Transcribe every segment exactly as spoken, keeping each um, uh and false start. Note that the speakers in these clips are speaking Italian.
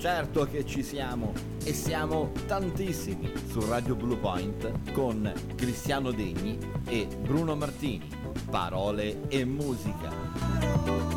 Certo che ci siamo e siamo tantissimi su Radio Blue Point con Cristiano Degni e Bruno Martini. Parole e musica.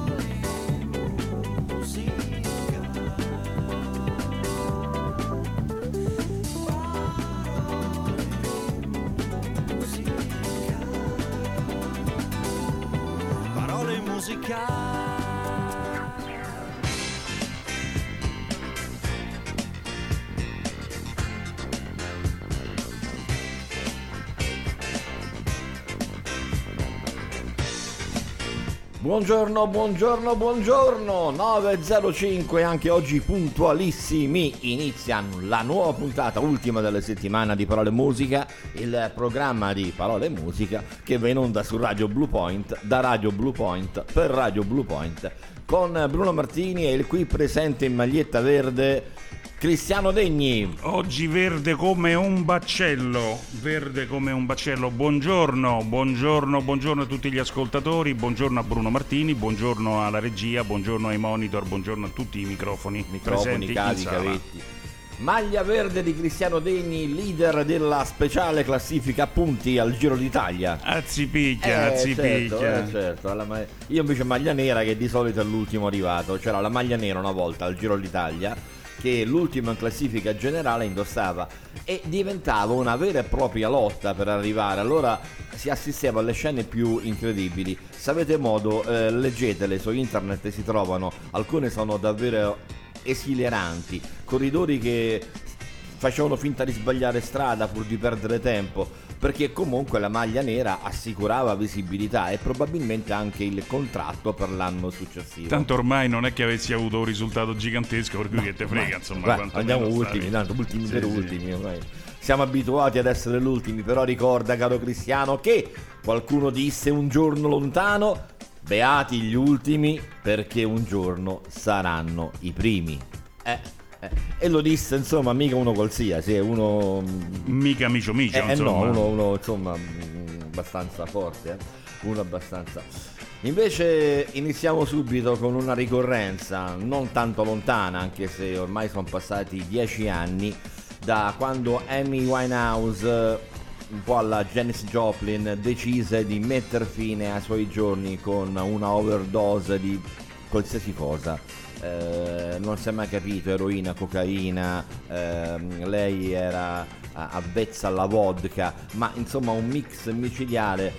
Buongiorno, buongiorno, buongiorno, nove e zero cinque, anche oggi puntualissimi, inizia la nuova puntata, ultima della settimana di Parole e Musica, il programma di Parole e Musica che va in onda su Radio Blue Point, da Radio Blue Point, per Radio Blue Point, con Bruno Martini e il qui presente in maglietta verde Cristiano Degni. Oggi verde come un baccello, verde come un baccello. Buongiorno, buongiorno, buongiorno a tutti gli ascoltatori, buongiorno a Bruno Martini, buongiorno alla regia, buongiorno ai monitor, buongiorno a tutti i microfoni, microfoni, cavi, cavetti. Maglia verde di Cristiano Degni, leader della speciale classifica punti al Giro d'Italia. Azzipicchia, eh, azzipicchia. Certo, eh, certo. Alla ma- Io invece maglia nera, che di solito è l'ultimo arrivato. C'era la maglia nera una volta al Giro d'Italia, che l'ultimo in classifica generale indossava, e diventava una vera e propria lotta per arrivare. Allora si assisteva alle scene più incredibili. Se avete modo, eh, leggetele su internet, si trovano, alcune sono davvero esileranti, corridori che facevano finta di sbagliare strada pur di perdere tempo, perché comunque la maglia nera assicurava visibilità e probabilmente anche il contratto per l'anno successivo. Tanto ormai non è che avessi avuto un risultato gigantesco, per cui ma, che te frega, ma, insomma. Beh, andiamo ultimi, tanto ultimi sì, per sì. ultimi ormai. Siamo abituati ad essere l'ultimi, però ricorda, caro Cristiano, che qualcuno disse un giorno lontano: beati gli ultimi, perché un giorno saranno i primi. Eh Eh, e lo disse, insomma, mica uno qualsiasi, è uno mica micio micio, eh, insomma. Eh no, uno, uno insomma abbastanza forte, eh? uno abbastanza. Invece iniziamo subito con una ricorrenza non tanto lontana, anche se ormai sono passati dieci anni da quando Amy Winehouse, un po' alla Janis Joplin, decise di mettere fine ai suoi giorni con una overdose di qualsiasi cosa. Eh, non si è mai capito, eroina, cocaina, ehm, lei era avvezza alla vodka, ma insomma un mix micidiale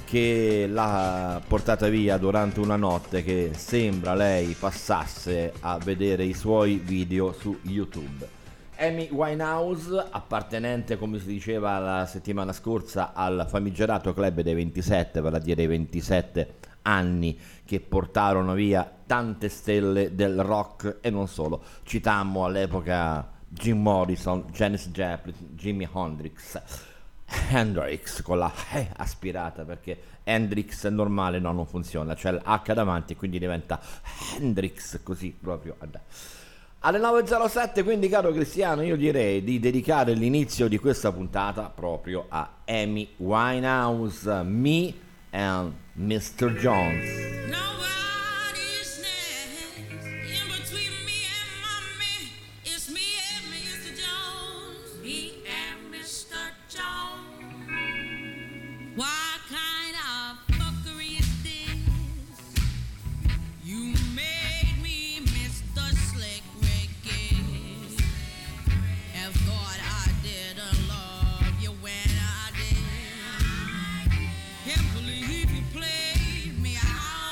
che l'ha portata via durante una notte che sembra lei passasse a vedere i suoi video su YouTube. Amy Winehouse, appartenente, come si diceva la settimana scorsa, al famigerato club dei ventisette, vale a dire i ventisette anni che portarono via tante stelle del rock e non solo. Citammo all'epoca Jim Morrison, Janis Joplin, Jimi Hendrix, Hendrix con la eh aspirata, perché Hendrix è normale, no, non funziona, c'è l'H davanti e quindi diventa Hendrix, così proprio. Alle nove e zero sette, quindi, caro Cristiano, io direi di dedicare l'inizio di questa puntata proprio a Amy Winehouse, Me and mister Jones. Nobody's next in between me and mommy. It's me and mister Jones. Me and mister Jones. What kind of fuckery is this? You made me mister Slick Ricky. And thought I didn't love you when I did. Can't believe you played me out.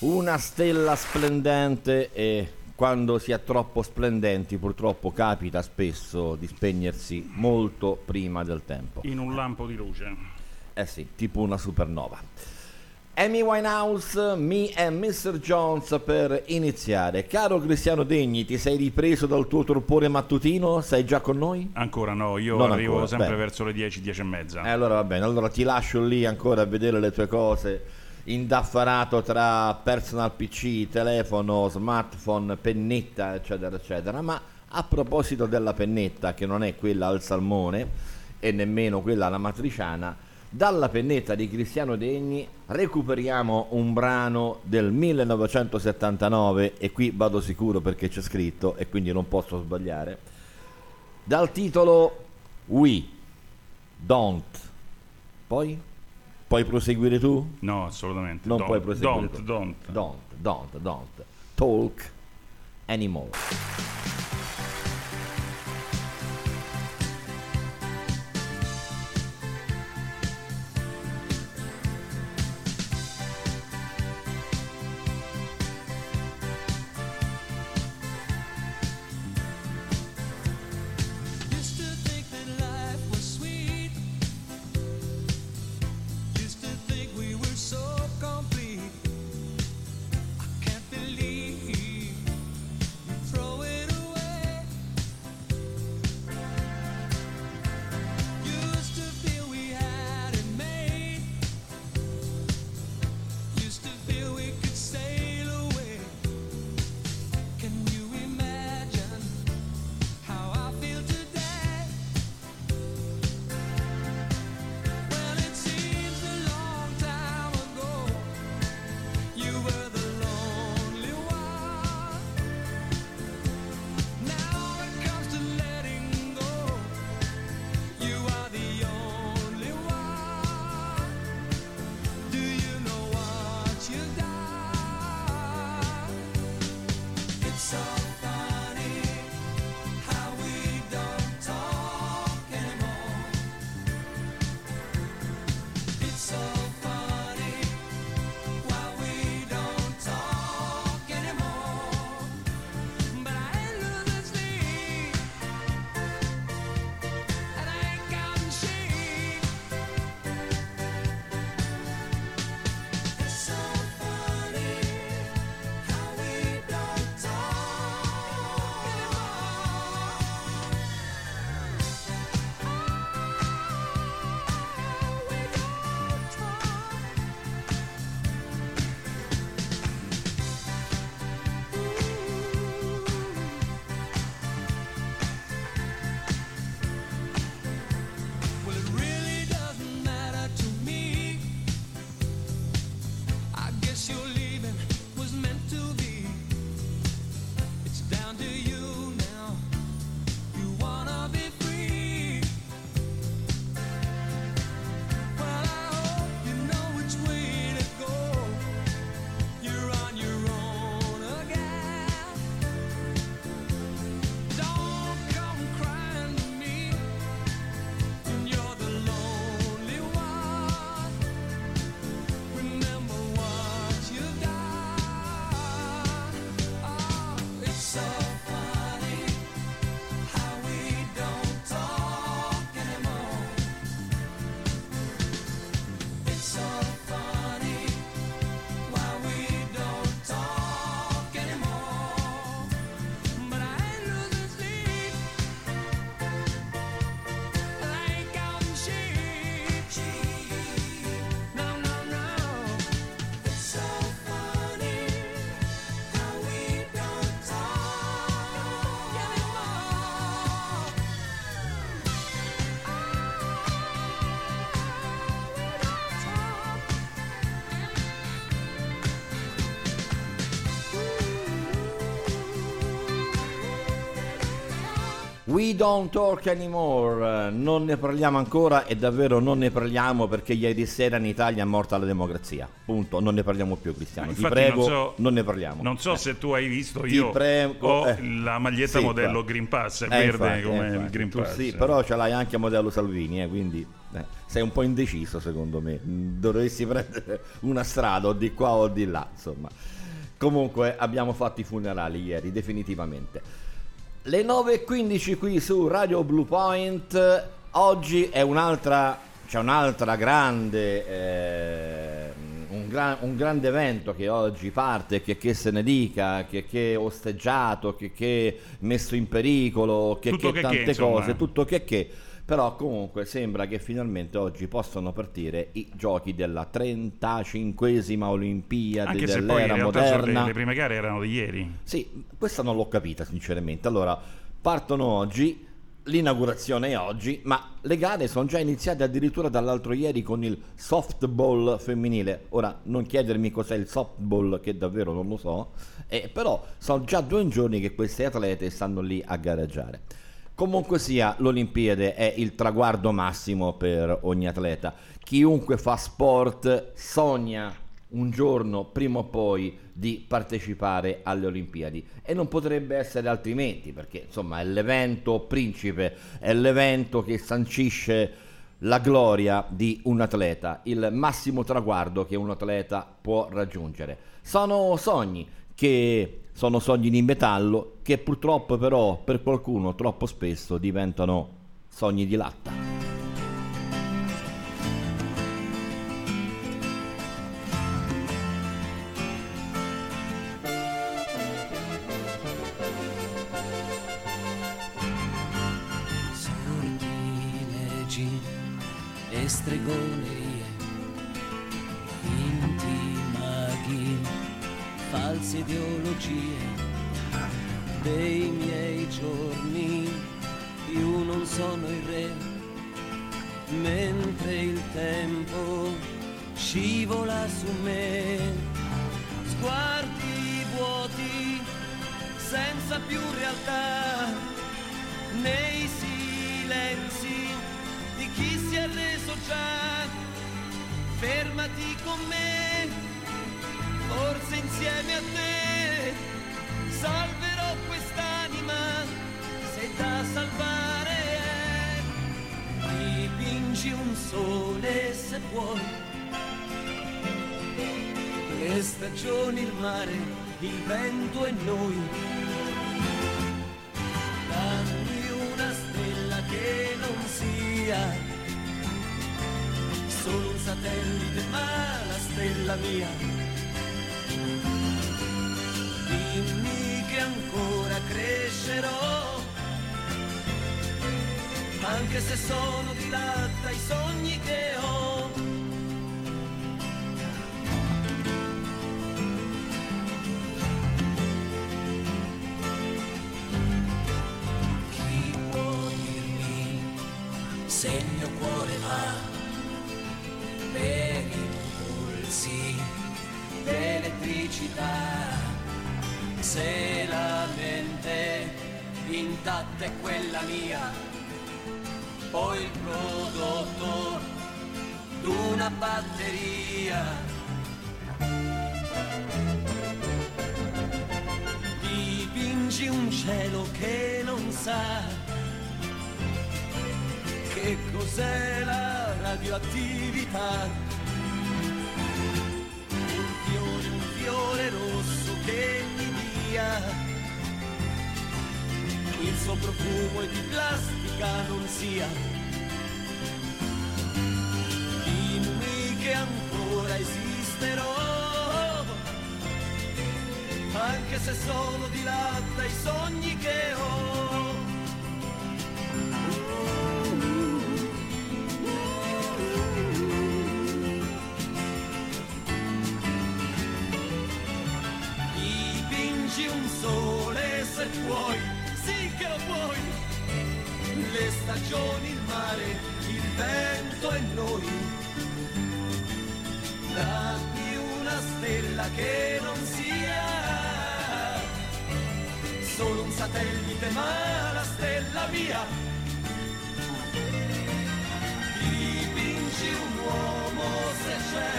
una stella splendente, e quando si è troppo splendenti purtroppo capita spesso di spegnersi molto prima del tempo. In un lampo di luce. Eh sì, tipo una supernova. Amy Winehouse, Me and mister Jones per iniziare. Caro Cristiano Degni, ti sei ripreso dal tuo torpore mattutino? Sei già con noi? Ancora no, io Non arrivo ancora, sempre bene. verso le dieci, dieci e mezza. Eh, allora va bene, allora ti lascio lì ancora a vedere le tue cose, indaffarato tra personal P C, telefono, smartphone, pennetta, eccetera, eccetera. Ma a proposito della pennetta, che non è quella al salmone e nemmeno quella alla matriciana, dalla pennetta di Cristiano Degni recuperiamo un brano del millenovecentosettantanove, e qui vado sicuro perché c'è scritto e quindi non posso sbagliare, dal titolo We Don't. Poi? Puoi proseguire tu? No, assolutamente. Non don't, puoi proseguire Don't, tu. don't. Don't, don't, don't talk anymore. Used to think that life was sweet. Used to think we were so complete. I can't believe you throw it away. We don't talk anymore, non ne parliamo ancora e davvero non ne parliamo perché ieri sera in Italia è morta la democrazia, punto, non ne parliamo più, Cristiano, ti Infatti prego, non, so, non ne parliamo. Non so eh. se tu hai visto, Ti io prego, ho eh. la maglietta Sì, modello qua. Green Pass, è Eh, verde infatti, come eh, il infatti. Green Tu Pass. sì, però ce l'hai anche a modello Salvini, eh, quindi eh, sei un po' indeciso secondo me, dovresti prendere una strada o di qua o di là, insomma. Comunque abbiamo fatto i funerali ieri, definitivamente. Le nove e quindici qui su Radio Blue Point. Oggi è un'altra, c'è un'altra grande, eh, un, gran, un grande evento che oggi parte, che, che se ne dica, che, che osteggiato, che, che messo in pericolo, che, Tutto che che tante che, insomma. cose, tutto che che. Però comunque sembra che finalmente oggi possano partire i giochi della trentacinquesima Olimpiade Anche se poi in dell'era realtà sono moderna. le, le prime gare erano di ieri. Sì, questa non l'ho capita sinceramente. Allora, partono oggi, l'inaugurazione è oggi, ma le gare sono già iniziate addirittura dall'altro ieri con il softball femminile. Ora, non chiedermi cos'è il softball, che davvero non lo so, eh, però sono già due giorni che queste atlete stanno lì a gareggiare. Comunque sia, l'Olimpiade è il traguardo massimo per ogni atleta. Chiunque fa sport sogna un giorno, prima o poi, di partecipare alle Olimpiadi. E non potrebbe essere altrimenti, perché insomma è l'evento principe, è l'evento che sancisce la gloria di un atleta, il massimo traguardo che un atleta può raggiungere. Sono sogni che sono sogni di metallo che purtroppo però per qualcuno troppo spesso diventano sogni di latta. Sortilegi e stregonerie, finti maghi, false ideologie dei miei giorni, più non sono il re, mentre il tempo scivola su me, sguardi vuoti senza più realtà, nei silenzi di chi si è reso già, fermati con me, forse insieme a te salverò quest'anima, se da salvare è. Dipingi un sole se vuoi, le stagioni, il mare, il vento e noi. Dammi una stella che non sia solo un satellite, ma la stella mia. Dimmi che ancora crescerò, anche se sono di latta i sogni che ho. Chi può dirmi se il mio cuore va per impulsi d'elettricità, se la mente intatta è quella mia, poi il prodotto d'una batteria. Dipingi un cielo che non sa che cos'è la radioattività. Un fiore, un fiore rosso che mi dia il suo profumo e di plastica non sia. Dimmi che ancora esisterò, anche se sono di latta i sogni che ho. Dipingi un sole se puoi, sì che lo puoi, le stagioni, il mare, il vento e noi. Dammi una stella che non sia solo un satellite ma la stella via. Dipingi un uomo se c'è,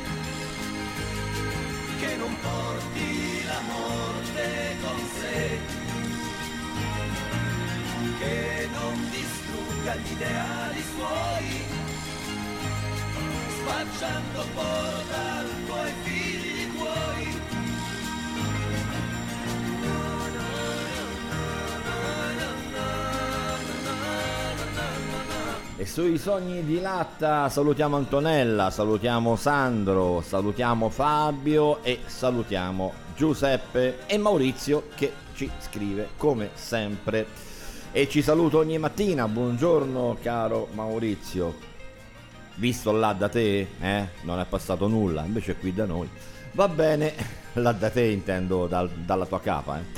che non porti la morte con sé, che non distrugga gli ideali suoi, spacciando portalco ai figli tuoi. E sui sogni di Latta salutiamo Antonella, salutiamo Sandro, salutiamo Fabio e salutiamo Giuseppe e Maurizio che ci scrive come sempre e ci saluta ogni mattina. Buongiorno caro Maurizio, visto là da te, eh? Non è passato nulla, invece qui da noi va bene, là da te intendo dal, dalla tua capa, eh?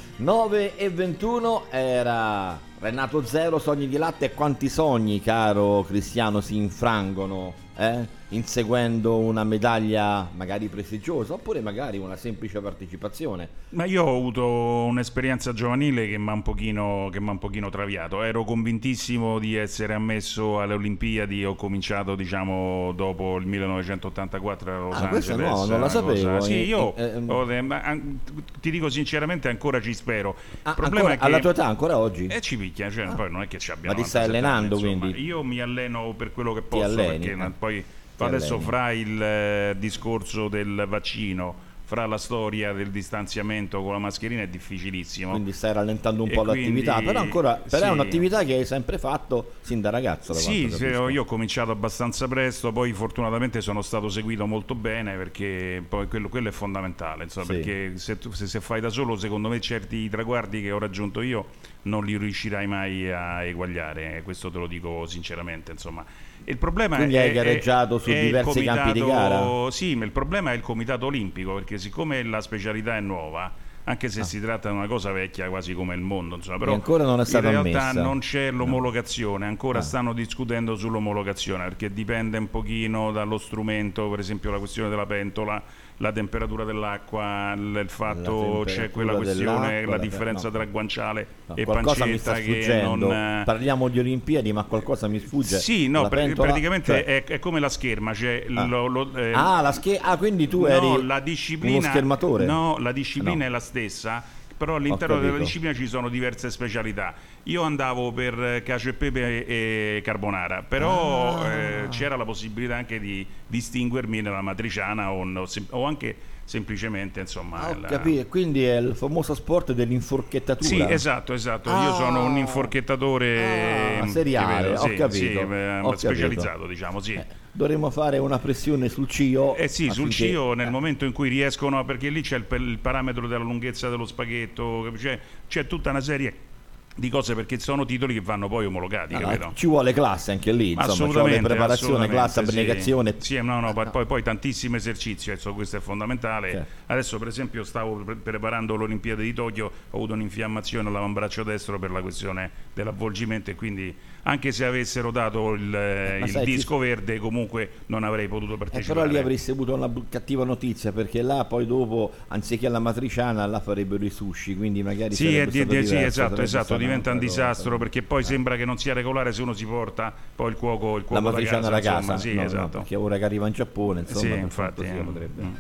nove e ventuno era Renato Zero, Sogni di Latte. E quanti sogni, caro Cristiano, si infrangono eh? inseguendo una medaglia magari prestigiosa oppure magari una semplice partecipazione. Ma io ho avuto un'esperienza giovanile che mi ha un pochino che mi ha un pochino traviato. Ero convintissimo di essere ammesso alle Olimpiadi. Ho cominciato, diciamo, dopo il millenovecentottantaquattro a Los Ah, questo Angeles. no, non la sapevo. Cosa- Sì, Eh, io eh, ehm. ho- eh, ma, an- ti dico sinceramente, ancora ci spero. Ah, Il problema ancora- è che alla tua età ancora oggi? E ci picchia, cioè, poi non è che ci abbiamo Ma ti stai novantasette allenando, anni, insomma. quindi? Io mi alleno per quello che posso, alleni, perché eh. poi Ti adesso alleni. fra il eh, discorso del vaccino, fra la storia del distanziamento con la mascherina è difficilissimo. Quindi stai rallentando un E po' quindi- l'attività, però ancora però è sì. un'attività che hai sempre fatto sin da ragazzo. da Sì, quanto sì, capisco. io ho cominciato abbastanza presto, poi fortunatamente sono stato seguito molto bene, perché poi quello, quello è fondamentale, insomma, Sì. perché se, tu, se, se fai da solo, secondo me certi traguardi che ho raggiunto io non li riuscirai mai a eguagliare, questo te lo dico sinceramente, insomma. Il problema Quindi è, hai gareggiato è- su è il diversi campi di comitato- gara? Sì, ma il problema è il comitato olimpico, perché siccome la specialità è nuova, anche se si tratta di una cosa vecchia quasi come il mondo, insomma, però E ancora non è stata in realtà ammessa. non c'è l'omologazione, ancora Ah. stanno discutendo sull'omologazione, perché dipende un pochino dallo strumento, per esempio la questione della pentola, la temperatura dell'acqua, il il fatto La c'è quella temperatura questione, dell'acqua, la la- differenza no. tra guanciale No, e qualcosa mi sta pancetta che sfuggendo. non eh, Parliamo di Olimpiadi, ma qualcosa mi sfugge. sì, no, La per- pentola- praticamente cioè- è, è come la scherma, cioè Ah. lo- lo- eh, Ah, la sche- ah, quindi tu no, eri la disciplina, uno schermatore? No, la disciplina No. è la stessa, però all'interno Ho della capito. disciplina ci sono diverse specialità. Io andavo per eh, cacio e pepe e carbonara, però Ah. eh, c'era la possibilità anche di distinguermi nella matriciana o, no- sem- o anche semplicemente, insomma, Ah, ho la- capito, quindi è il famoso sport dell'inforchettatura. Sì, esatto, esatto. Ah. Io sono un inforchettatore Ah, seriale, ripeto, ho sì, capito, sì, eh, ho specializzato, capito. diciamo, sì. Eh, dovremmo fare una pressione sul C I O. Eh sì, sul affinché- C I O nel eh. momento in cui riescono, perché lì c'è il, il parametro della lunghezza dello spaghetto, c'è, c'è tutta una serie di cose, perché sono titoli che vanno poi omologati, No, no, capito? ci vuole classe anche lì, insomma, ci vuole Assolutamente, preparazione, classe, assolutamente, abnegazione. Sì, Sì, no, no, poi, poi, poi tantissimo esercizio, adesso questo è fondamentale. Certo. Adesso per esempio stavo pre- preparando l'Olimpiade di Tokyo, ho avuto un'infiammazione all'avambraccio destro per la questione dell'avvolgimento, e quindi anche se avessero dato il, eh, ma il sai, ci- disco verde comunque non avrei potuto Eh, partecipare. però lì avresti avuto una bu- cattiva notizia, perché là poi dopo, anziché alla matriciana, là farebbero i sushi, quindi magari Sì, sarebbe è di- stato di- sì, diverso, esatto, sarebbe esatto, stata diventa un un'altra cosa. disastro, perché poi Eh. sembra che non sia regolare se uno si porta poi il cuoco, il La cuoco da matriciana casa, da insomma, casa, sì, no, no, esatto. perché ora che arriva in Giappone, insomma, Sì, per infatti, quanto sia, eh. potrebbe. Mm.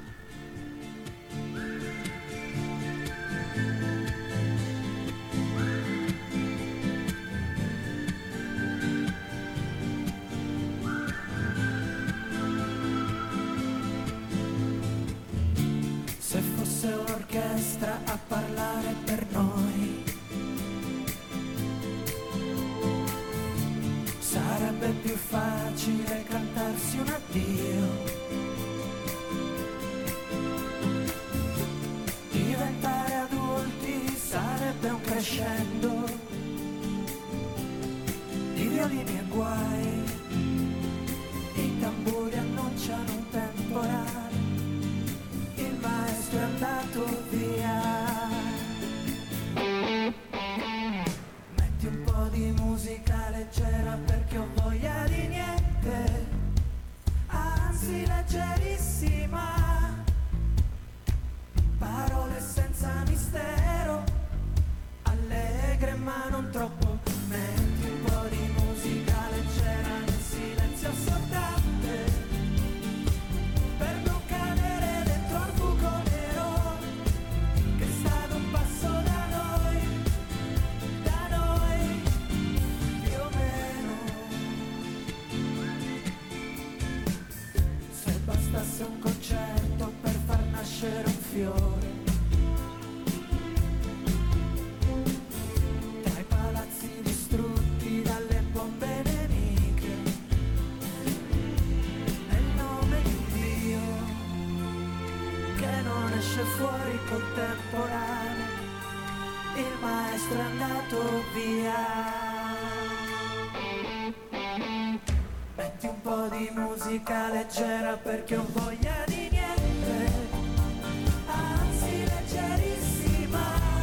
Se fosse un'orchestra a parlare per noi, sarebbe più facile cantarsi un addio. Diventare adulti sarebbe un crescendo di violini e guai. I tamburi annunciano un temporale, il maestro è andato via. Metti un po' di musica leggera perché ho voglia di niente, anzi leggerissima, parole senza mistero, allegre ma non troppo. Metti un po' di musica leggera nel silenzio assordante, per non cadere dentro al buco nero che è stato un passo da noi, da noi, più o meno. Se bastasse un concetto per far nascere un fiore, tra i palazzi distrutti dalle bombe nemiche, nel nome di Dio che non esce fuori col temporale, il maestro è andato via. Metti un po' di musica leggera perché ho voglia di niente, anzi leggerissima,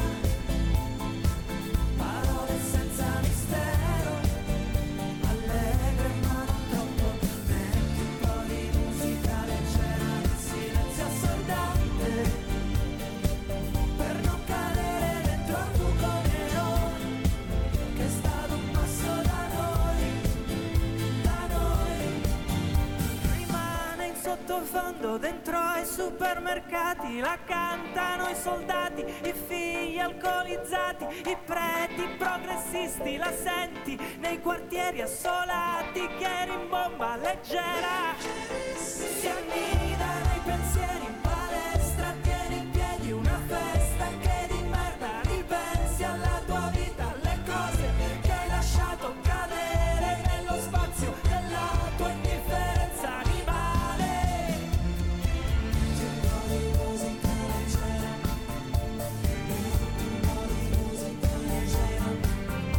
parole senza mistero, allegre ma non troppo. Metti un po' di musica leggera nel silenzio assordante, per non cadere dentro al buco nero che è stato un passo da noi, da noi. Rimane in sottofondo dentro ai supermercati, la cantano i soldati, i figli alcolizzati, i preti progressisti, la senti nei quartieri assolati che rimbomba leggera, si annida nei pensieri in palestra, tieni in piedi una festa che di merda, ripensi alla tua vita, alle cose che hai lasciato cadere nello spazio della tua indifferenza animale. C'è un po' di musica leggera, un po' di musica leggera, un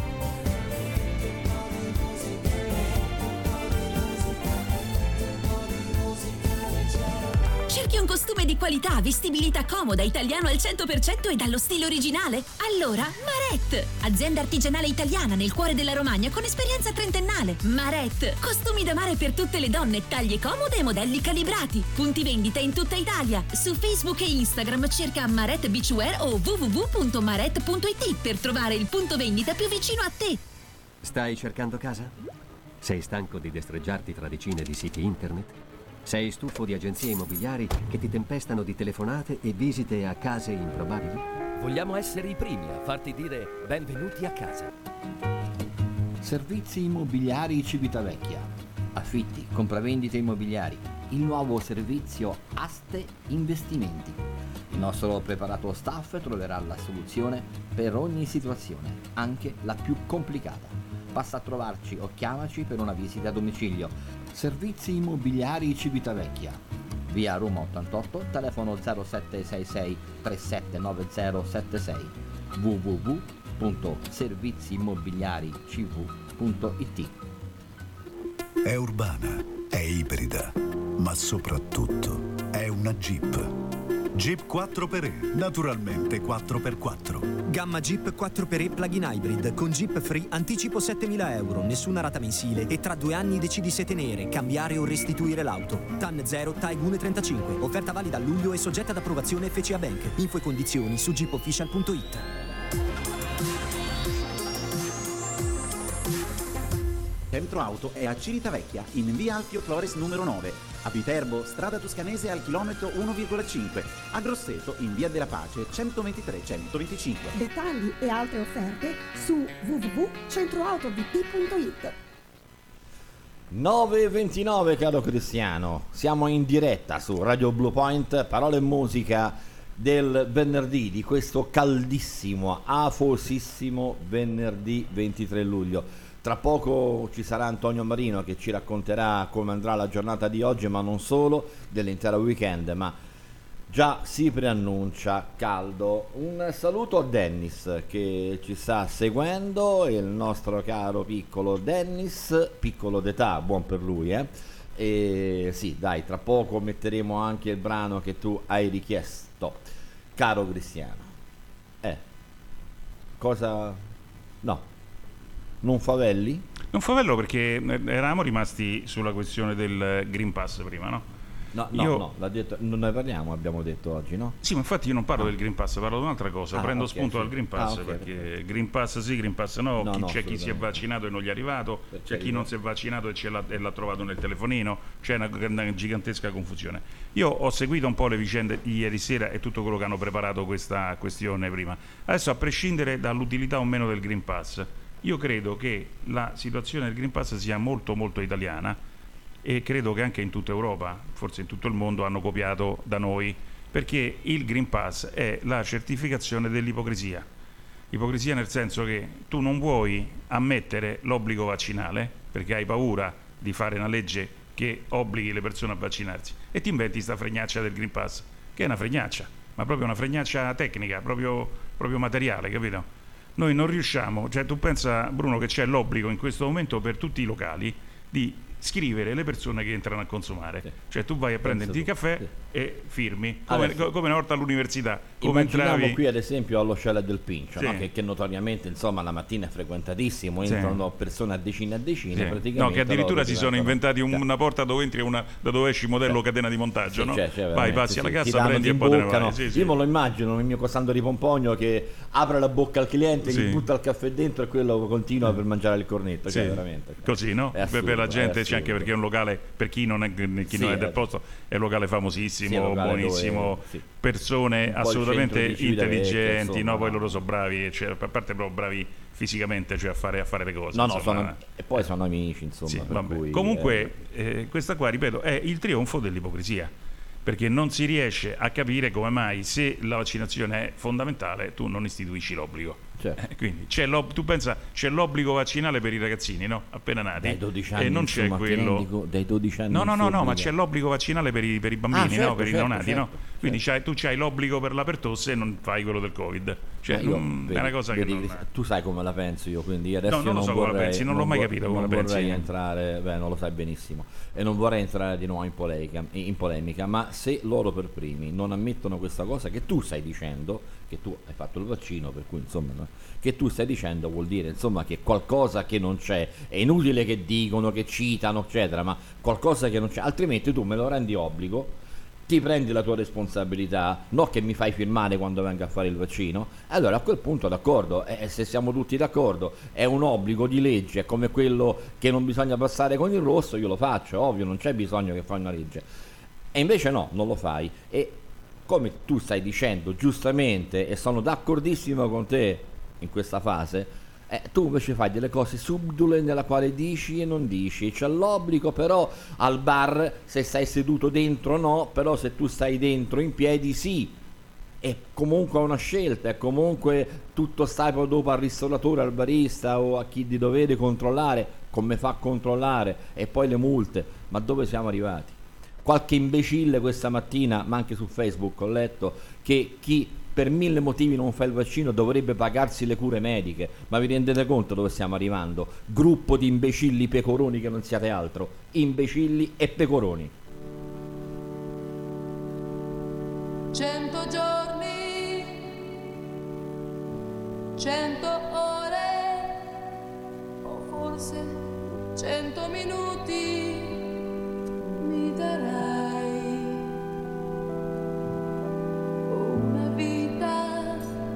po' di musica, un po' di musica, un po' di musica leggera. Cerchi un costume di qualità, vestibilità comoda, italiano al cento per cento e dallo stile originale? Allora, Maret! Azienda artigianale italiana nel cuore della Romagna con esperienza trentennale. Maret! Costumi da mare per tutte le donne, taglie comode e modelli calibrati. Punti vendita in tutta Italia. Su Facebook e Instagram cerca Maret Beachwear o w w w punto maret punto i t per trovare il punto vendita più vicino a te. Stai cercando casa? Sei stanco di destreggiarti tra decine di siti internet? Sei stufo di agenzie immobiliari che ti tempestano di telefonate e visite a case improbabili? Vogliamo essere i primi a farti dire benvenuti a casa. Servizi immobiliari Civitavecchia. Affitti, compravendite immobiliari. Il nuovo servizio Aste Investimenti. Il nostro preparato staff troverà la soluzione per ogni situazione, anche la più complicata. Passa a trovarci o chiamaci per una visita a domicilio. Servizi immobiliari Civitavecchia. Via Roma ottantotto, telefono zero sette sei sei tre sette nove zero sette sei, w w w punto servizi immobiliari c v punto i t. È urbana, è ibrida, ma soprattutto è una Jeep. Jeep quattro per E, naturalmente quattro per quattro. Gamma Jeep quattro per E plug-in hybrid con Jeep Free, anticipo settemila euro, nessuna rata mensile e tra due anni decidi se tenere, cambiare o restituire l'auto. T A N zero, T A E G U N E trentacinque. Offerta valida a luglio e soggetta ad approvazione F C A Bank. Info e condizioni su jeep official punto i t. Centro Auto è a Civitavecchia, in via Alfio Flores numero nove, a Viterbo, strada toscanese al chilometro uno virgola cinque, a Grosseto, in via della Pace centoventitré centoventicinque. Dettagli e altre offerte su w w w punto centroautovt punto i t. nove e ventinove, caro Cristiano, siamo in diretta su Radio Blue Point, parole e musica del venerdì, di questo caldissimo, afosissimo venerdì ventitré luglio. Tra poco ci sarà Antonio Marino che ci racconterà come andrà la giornata di oggi, ma non solo, dell'intero weekend, ma già si preannuncia caldo. Un saluto a Dennis che ci sta seguendo, il nostro caro piccolo Dennis, piccolo d'età, buon per lui, eh? E sì, dai, tra poco metteremo anche il brano che tu hai richiesto, caro Cristiano. Eh, cosa... no. Non favelli? Non favello perché eravamo rimasti sulla questione del Green Pass prima, no? No, no, io... no, l'ha detto, non ne parliamo, abbiamo detto oggi, no? Sì, ma infatti io non parlo Ah. del Green Pass, parlo di un'altra cosa. Ah, Prendo ok, spunto sì. dal Green Pass Ah, ok, perché perfetto. Green Pass sì, Green Pass no, No, chi- no, c'è chi si è assolutamente. vaccinato e non gli è arrivato, Per c'è chi carità. non si è vaccinato e, ce l'ha, e l'ha trovato nel telefonino, c'è una, una gigantesca confusione. Io ho seguito un po' le vicende di ieri sera e tutto quello che hanno preparato questa questione prima. Adesso, a prescindere dall'utilità o meno del Green Pass, io credo che la situazione del Green Pass sia molto molto italiana e credo che anche in tutta Europa, forse in tutto il mondo, hanno copiato da noi, perché il Green Pass è la certificazione dell'ipocrisia. Ipocrisia nel senso che tu non vuoi ammettere l'obbligo vaccinale perché hai paura di fare una legge che obblighi le persone a vaccinarsi e ti inventi sta fregnaccia del Green Pass, che è una fregnaccia, ma proprio una fregnaccia tecnica, proprio, proprio materiale, capito? Noi non riusciamo, cioè tu pensa, Bruno, che c'è l'obbligo in questo momento per tutti i locali di scrivere le persone che entrano a consumare, Sì. cioè tu vai a prenderti il Pensa tu, caffè sì. e firmi, come, Adesso- come una volta all'università, come Immaginiamo entravi... qui ad esempio allo Chalet del Pincio, Sì. no? che, che notoriamente insomma la mattina è frequentatissimo, Sì. entrano persone a decine a decine, Sì. praticamente No, che addirittura loro si ti sono mettono- inventati un- Cioè, una porta dove entri e una da dove esci modello Sì. catena di montaggio, sì, no? cioè, cioè, Vai, veramente, passi alla sì, cassa, ti danno, prendi ti e poi te ne imboccano. vai. Sì, sì. Io me lo immagino il mio Costando di Pompogno che apre la bocca al cliente, Sì. gli butta il caffè dentro e quello continua per mangiare il cornetto, Sì. cioè, veramente. Così, no? È Per- assurdo, per la è gente c'è anche assurdo. perché è un locale, per chi non è, chi Sì, non è del è- posto, è un locale Sì, è famosissimo, un locale buonissimo, dove- sì. persone Un po' il assolutamente centro di Civitavecchia, intelligenti, insomma, no? Poi no. loro sono bravi, cioè, a parte proprio bravi fisicamente, cioè a fare, a fare le cose. No, no, insomma. sono, e poi sono amici, insomma. Sì, per vabbè. cui, Comunque, eh, questa qua, ripeto, è il trionfo dell'ipocrisia, perché non si riesce a capire come mai, se la vaccinazione è fondamentale, tu non istituisci l'obbligo. Certo. Eh, quindi c'è l'ob- tu pensa c'è l'obbligo vaccinale per i ragazzini, no? Appena nati, dai dodici anni e non c'è insomma, ti rendi quello. co- dai dodici anni No, no, in no, su no, ma obbliga- c'è l'obbligo vaccinale per i, per i bambini, Ah, certo, no? Per i certo, neonati, certo, no? Quindi certo. c'hai- tu c'hai l'obbligo per la pertosse e non fai quello del Covid. Cioè, Ma io, non- vedi, è una cosa vedi, che non... tu sai come la penso io, quindi adesso No, non lo io so come la vorrei, pensi, non l'ho mai vor- capito come non la pensi. vorrei entrare, beh, non lo sai benissimo, e non vorrei entrare di nuovo in polemica, in polemica, ma se loro per primi non ammettono questa cosa che tu stai dicendo, che tu hai fatto il vaccino, per cui insomma, no, che tu stai dicendo vuol dire insomma che qualcosa che non c'è, è inutile che dicono, che citano, eccetera, ma qualcosa che non c'è, altrimenti tu me lo rendi obbligo, ti prendi la tua responsabilità, no che mi fai firmare quando vengo a fare il vaccino, allora a quel punto d'accordo, eh, se siamo tutti d'accordo, è un obbligo di legge, è come quello che non bisogna passare con il rosso, io lo faccio, ovvio, non c'è bisogno che fai una legge, e invece no, non lo fai, e come tu stai dicendo giustamente, e sono d'accordissimo con te in questa fase, eh, tu invece fai delle cose subdole nella quale dici e non dici, c'è l'obbligo però al bar se stai seduto dentro no, però se tu stai dentro in piedi sì, è comunque una scelta, è comunque tutto stai poi dopo al ristoratore, al barista o a chi di dovere controllare, come fa a controllare, e poi le multe, ma dove siamo arrivati? Qualche imbecille questa mattina, ma anche su Facebook ho letto che chi per mille motivi non fa il vaccino dovrebbe pagarsi le cure mediche, ma vi rendete conto dove stiamo arrivando? Gruppo di imbecilli pecoroni che non siate altro, imbecilli e pecoroni. Cento giorni, cento ore, o forse cento minuti mi darai. Una vita,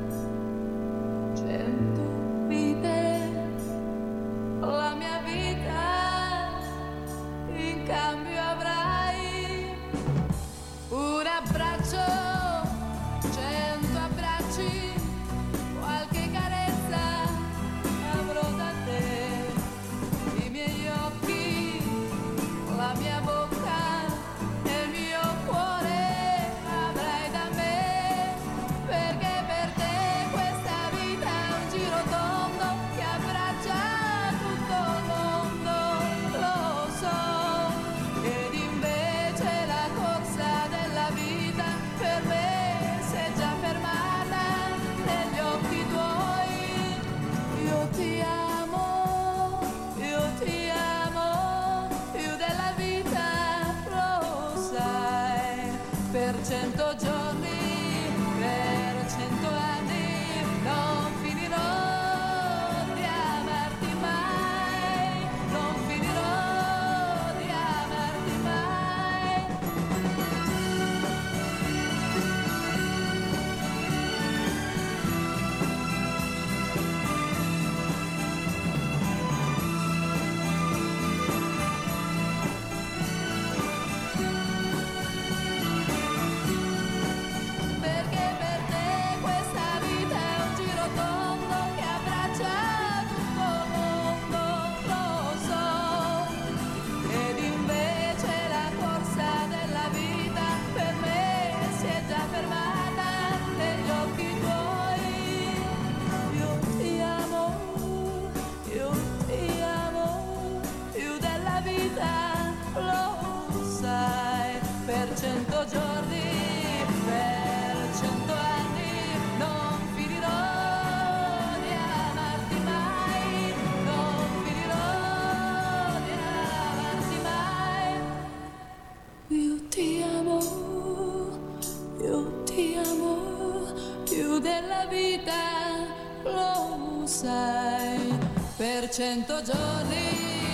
cento vite, la mia vita in cambio avrai un abbraccio, cento abbracci, qualche carezza avrò da te, i miei occhi, la mia bocca e il mio cuore avrai da me, perché per te questa vita è un giro tondo che abbraccia tutto il mondo, lo so, ed invece la corsa della vita per me si è già fermata negli occhi tuoi. Io ti amo, io ti amo più della vita, lo sai, per cento giorni, per cento anni non finirò di amarti mai, non finirò di amarti mai. per cento giorni, per cento anni, non finirò di amarti mai, non finirò di amarti mai. Io ti amo, io ti amo più della vita, lo sai. Per cento giorni,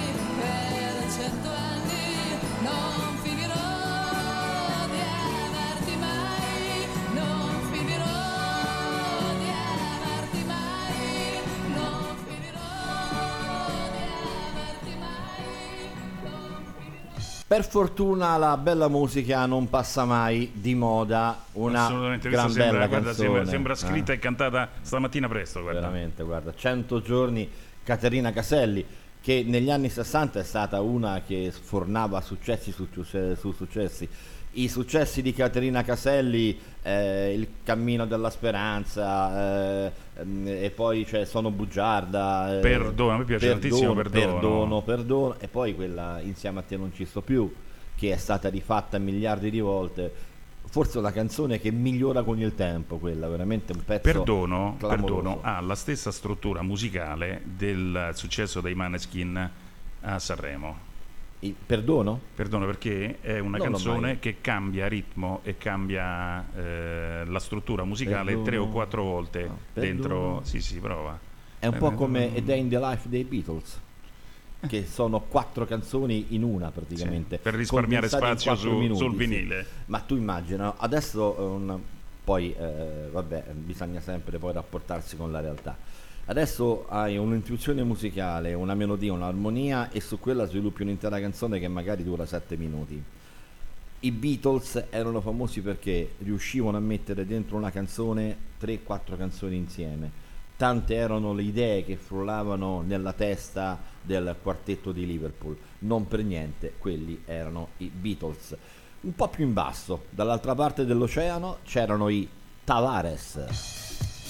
per cento anni, non finirò di amarti mai, non finirò di amarti mai, non finirò di amarti mai, non finirò. Per fortuna la bella musica non passa mai di moda, una Assolutamente, gran questa bella sembra, guarda, canzone. sembra, sembra scritta Eh. e cantata stamattina presto, guarda. Veramente, guarda, cento giorni, Caterina Caselli, che negli anni sessanta è stata una che sfornava successi su, su successi. I successi di Caterina Caselli, eh, Il cammino della speranza, eh, ehm, e poi c'è Sono bugiarda, eh, Perdono, a me piace tantissimo Perdono. perdono, perdono, e poi quella Insieme a te non ci sto più, che è stata rifatta miliardi di volte. Forse una canzone che migliora con il tempo, quella, veramente un pezzo Perdono, clamoroso. Perdono ha la stessa struttura musicale del successo dei Maneskin a Sanremo. Il perdono? Perdono, perché è una Non l'ho canzone mai- che cambia ritmo e cambia eh, la struttura musicale Perdono. tre o quattro volte No, dentro. perdono. Sì, sì, prova. È un Eh, po' eh, come mm, A Day in the Life dei Beatles, che sono quattro canzoni in una praticamente, Sì, per risparmiare condensate in spazio quattro su- minuti, sul sì. vinile. Ma tu immagina, adesso eh, un- poi eh, vabbè, bisogna sempre poi rapportarsi con la realtà. Adesso hai un'intuizione musicale, una melodia, un'armonia, e su quella sviluppi un'intera canzone che magari dura sette minuti. I Beatles erano famosi perché riuscivano a mettere dentro una canzone tre quattro canzoni insieme. Tante erano le idee che frullavano nella testa del quartetto di Liverpool. Non per niente, quelli erano i Beatles. Un po' più in basso, dall'altra parte dell'oceano, c'erano i Tavares,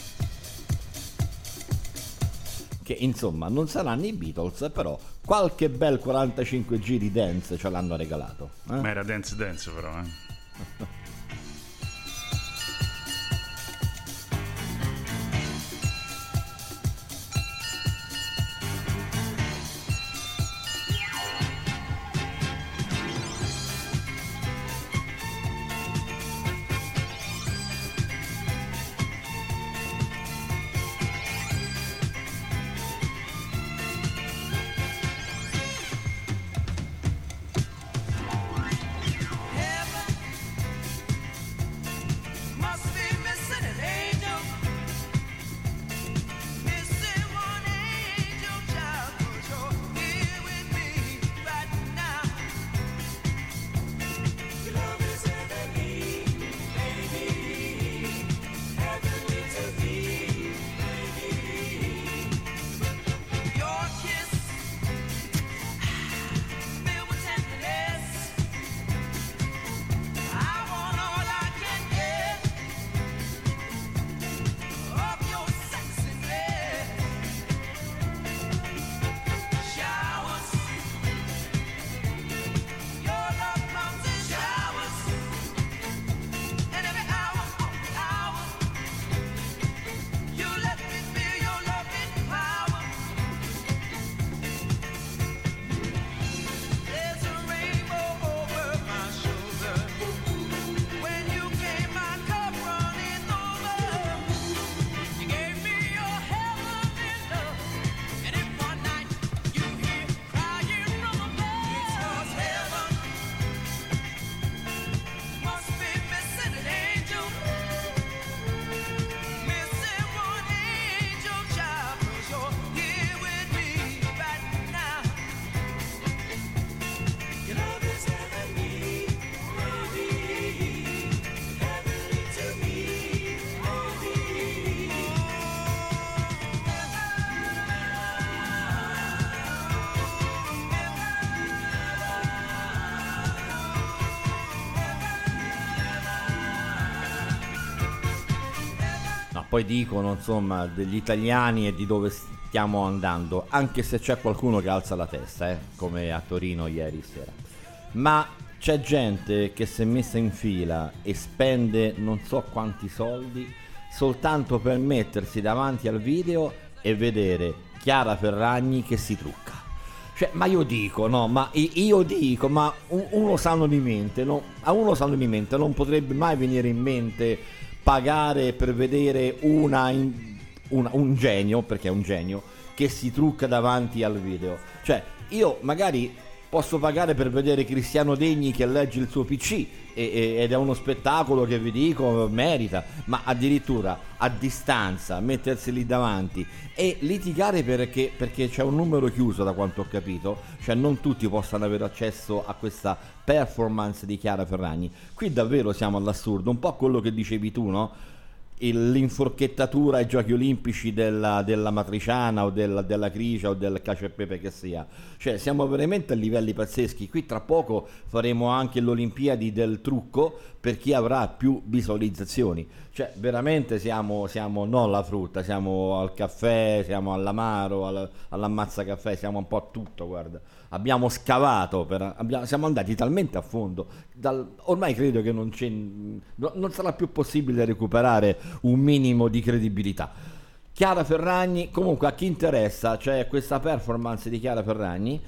che insomma non saranno i Beatles, però qualche bel quarantacinque giri dance ce l'hanno regalato. eh? Ma era Dance Dance però, eh. Must be missing an angel, missing one angel child, 'cause you're here with me right now. Your love is heavenly, baby, heavenly to me, baby. Your kiss filled with tenderness. I want all I can get of your sexiness. Showers, your love comes in showers, and every hour of the hour, you let me feel your loving power. There's a rainbow over my shoulder. When you came, my cup running over. You gave me your heavenly love, and if one night you hear crying from above, it's 'cause heaven must be missing an angel, missing one angel child, 'cause you're here with me right now. Your love is heavenly, baby, heavenly to me, baby. No, poi dicono insomma degli italiani e di dove stiamo andando, anche se c'è qualcuno che alza la testa, eh, come a Torino ieri sera. Ma c'è gente che si è messa in fila e spende non so quanti soldi soltanto per mettersi davanti al video e vedere Chiara Ferragni che si trucca. Cioè, ma io dico, no, ma io dico, ma uno sano di mente, no, a uno sano di mente non potrebbe mai venire in mente pagare per vedere una, una un genio, perché è un genio, che si trucca davanti al video. Cioè, io magari posso pagare per vedere Cristiano Degni che legge il suo P C e, e, ed è uno spettacolo che vi dico merita, ma addirittura a distanza mettersi lì davanti e litigare perché, perché c'è un numero chiuso, da quanto ho capito, cioè non tutti possano avere accesso a questa performance di Chiara Ferragni. Qui davvero siamo all'assurdo, un po' quello che dicevi tu, no? Il, l'inforchettatura ai giochi olimpici della, della matriciana o della, della grigia o del cacio e pepe che sia, cioè siamo veramente a livelli pazzeschi. Qui tra poco faremo anche l'Olimpiadi del trucco per chi avrà più visualizzazioni, cioè veramente siamo, siamo non alla frutta, siamo al caffè, siamo all'amaro, alla, all'ammazza caffè, siamo un po' a tutto, guarda. Abbiamo scavato, per, abbiamo, siamo andati talmente a fondo, dal, ormai credo che non, c'è, no, non sarà più possibile recuperare un minimo di credibilità. Chiara Ferragni, comunque a chi interessa c'è questa performance di Chiara Ferragni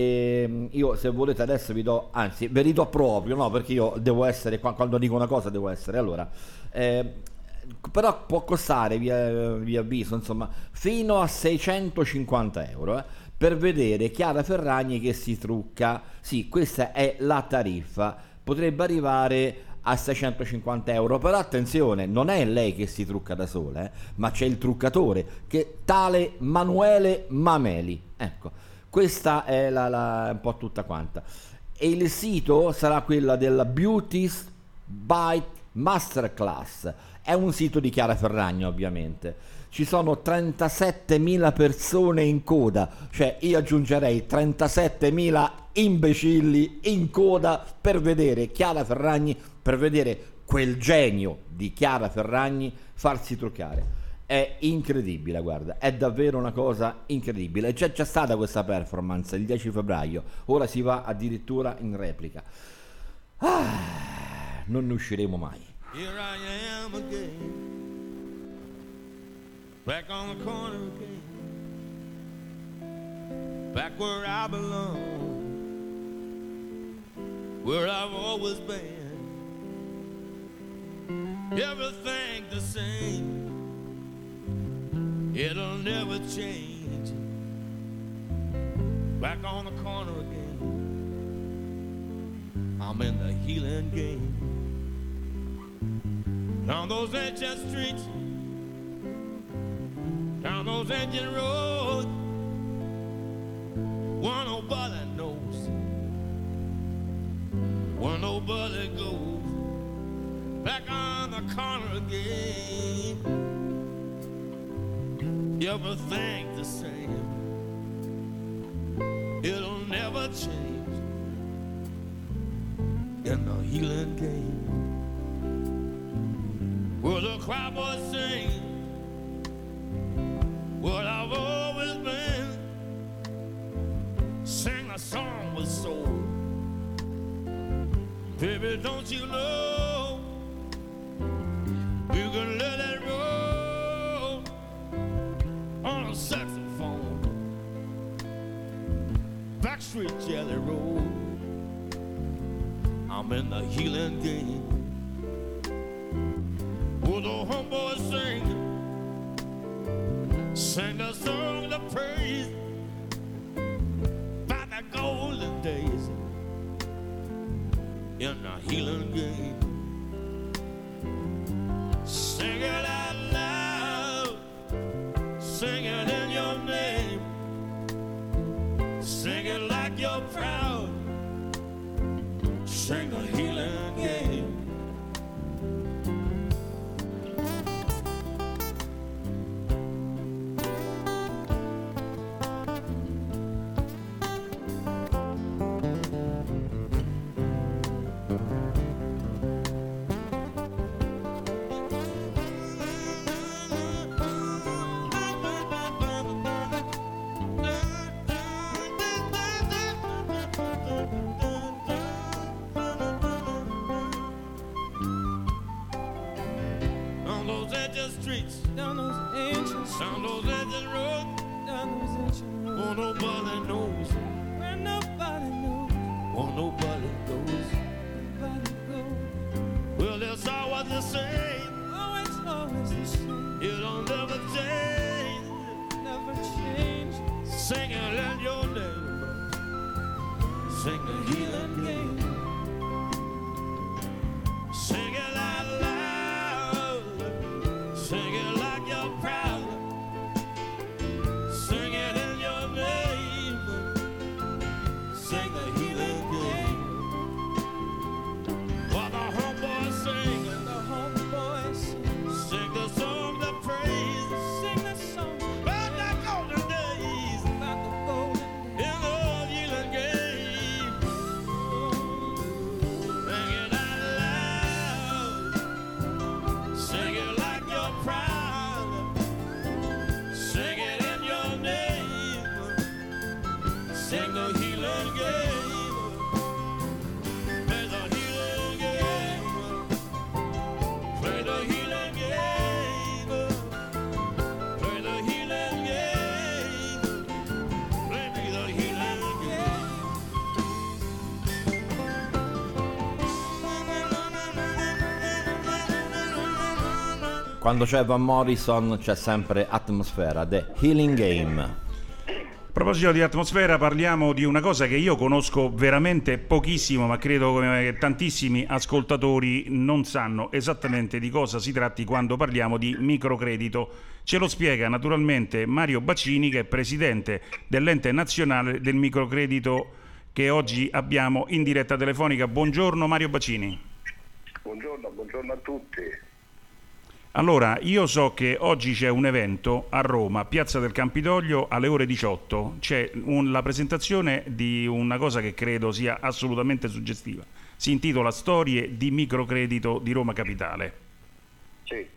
e io, se volete, adesso vi do, anzi ve li do proprio, no, perché io devo essere, quando dico una cosa devo essere, allora eh, però può costare, vi, vi avviso, insomma, fino a seicentocinquanta euro eh, per vedere Chiara Ferragni che si trucca. Sì, questa è la tariffa, potrebbe arrivare a seicentocinquanta euro, però attenzione, non è lei che si trucca da sola, eh, ma c'è il truccatore, che tale Manuele Mameli. Ecco, questa è la, la un po' tutta quanta. E il sito sarà quella della Beauty's Bite Masterclass. È un sito di Chiara Ferragni, ovviamente. Ci sono trentasettemila persone in coda, cioè io aggiungerei trentasettemila imbecilli in coda per vedere Chiara Ferragni, per vedere quel genio di Chiara Ferragni farsi truccare. È incredibile, guarda, è davvero una cosa incredibile. C'è già stata questa performance il dieci febbraio, ora si va addirittura in replica. Ah, non ne usciremo mai. Here I am again, back on the corner again, back where I belong, where I've always been. Everything the same, it'll never change. Back on the corner again, I'm in the healing game. Down those ancient streets, down those ancient roads, where nobody knows, where nobody goes. Back on the corner again, everything the same, it'll never change. In the healing game, where the choir boys sing what I've always been, sing a song with soul. Baby, don't you know you can let it roll on a saxophone, Backstreet Jelly Roll. I'm in the healing game, where the homeboys sing, sing a song to praise by the golden days. In the healing game, sing it out loud, sing it in your name, sing it like you're proud, sing a healing game. streets, down those ancient down those edges roads, down those ancient roads, where nobody knows, where nobody knows, where nobody goes. nobody goes. Well, it's always the same. Oh, it's always the same, It'll never change. never change. Singing in your name, sing the healing game. Sing it out loud, sing it like you're proud. Sing it in your name, sing the healing game. While the homeboys sing, The homeboys sing, sing the song of praise. sing the song About the golden days about the golden in the healing game. Sing it out loud, sing it like you're proud. Sing it in your name, sing the healing game. Play the healing game, play the healing game, play the healing game, play me the healing game. Quando c'è Van Morrison c'è sempre atmosfera, The Healing Game. A proposito di atmosfera, parliamo di una cosa che io conosco veramente pochissimo, ma credo che tantissimi ascoltatori non sanno esattamente di cosa si tratti quando parliamo di microcredito. Ce lo spiega naturalmente Mario Bacini, che è presidente dell'ente nazionale del microcredito, che oggi abbiamo in diretta telefonica. Buongiorno Mario Bacini. Buongiorno, buongiorno a tutti. Allora, io so che oggi c'è un evento a Roma, Piazza del Campidoglio, alle ore diciotto. C'è un- la presentazione di una cosa che credo sia assolutamente suggestiva. Si intitola Storie di microcredito di Roma Capitale. Sì,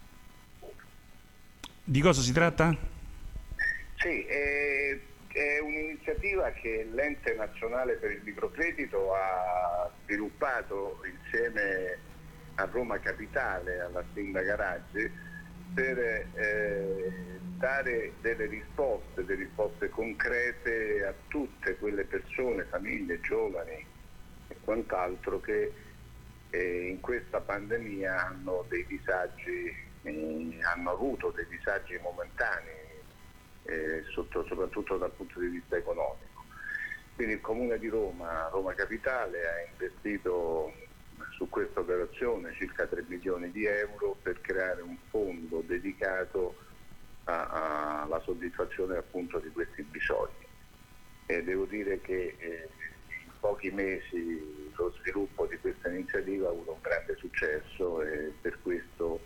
Di cosa si tratta? sì è, è un'iniziativa che l'Ente Nazionale per il Microcredito ha sviluppato insieme a Roma Capitale, alla Sindaca Raggi, per eh, dare delle risposte, delle risposte concrete a tutte quelle persone, famiglie, giovani e quant'altro che eh, in questa pandemia hanno dei disagi, eh, hanno avuto dei disagi momentanei, eh, sotto- soprattutto dal punto di vista economico. Quindi il Comune di Roma, Roma Capitale, ha investito su questa operazione circa tre milioni di euro per creare un fondo dedicato a- a- alla soddisfazione appunto di questi bisogni. E devo dire che eh, in pochi mesi lo sviluppo di questa iniziativa ha avuto un grande successo e per questo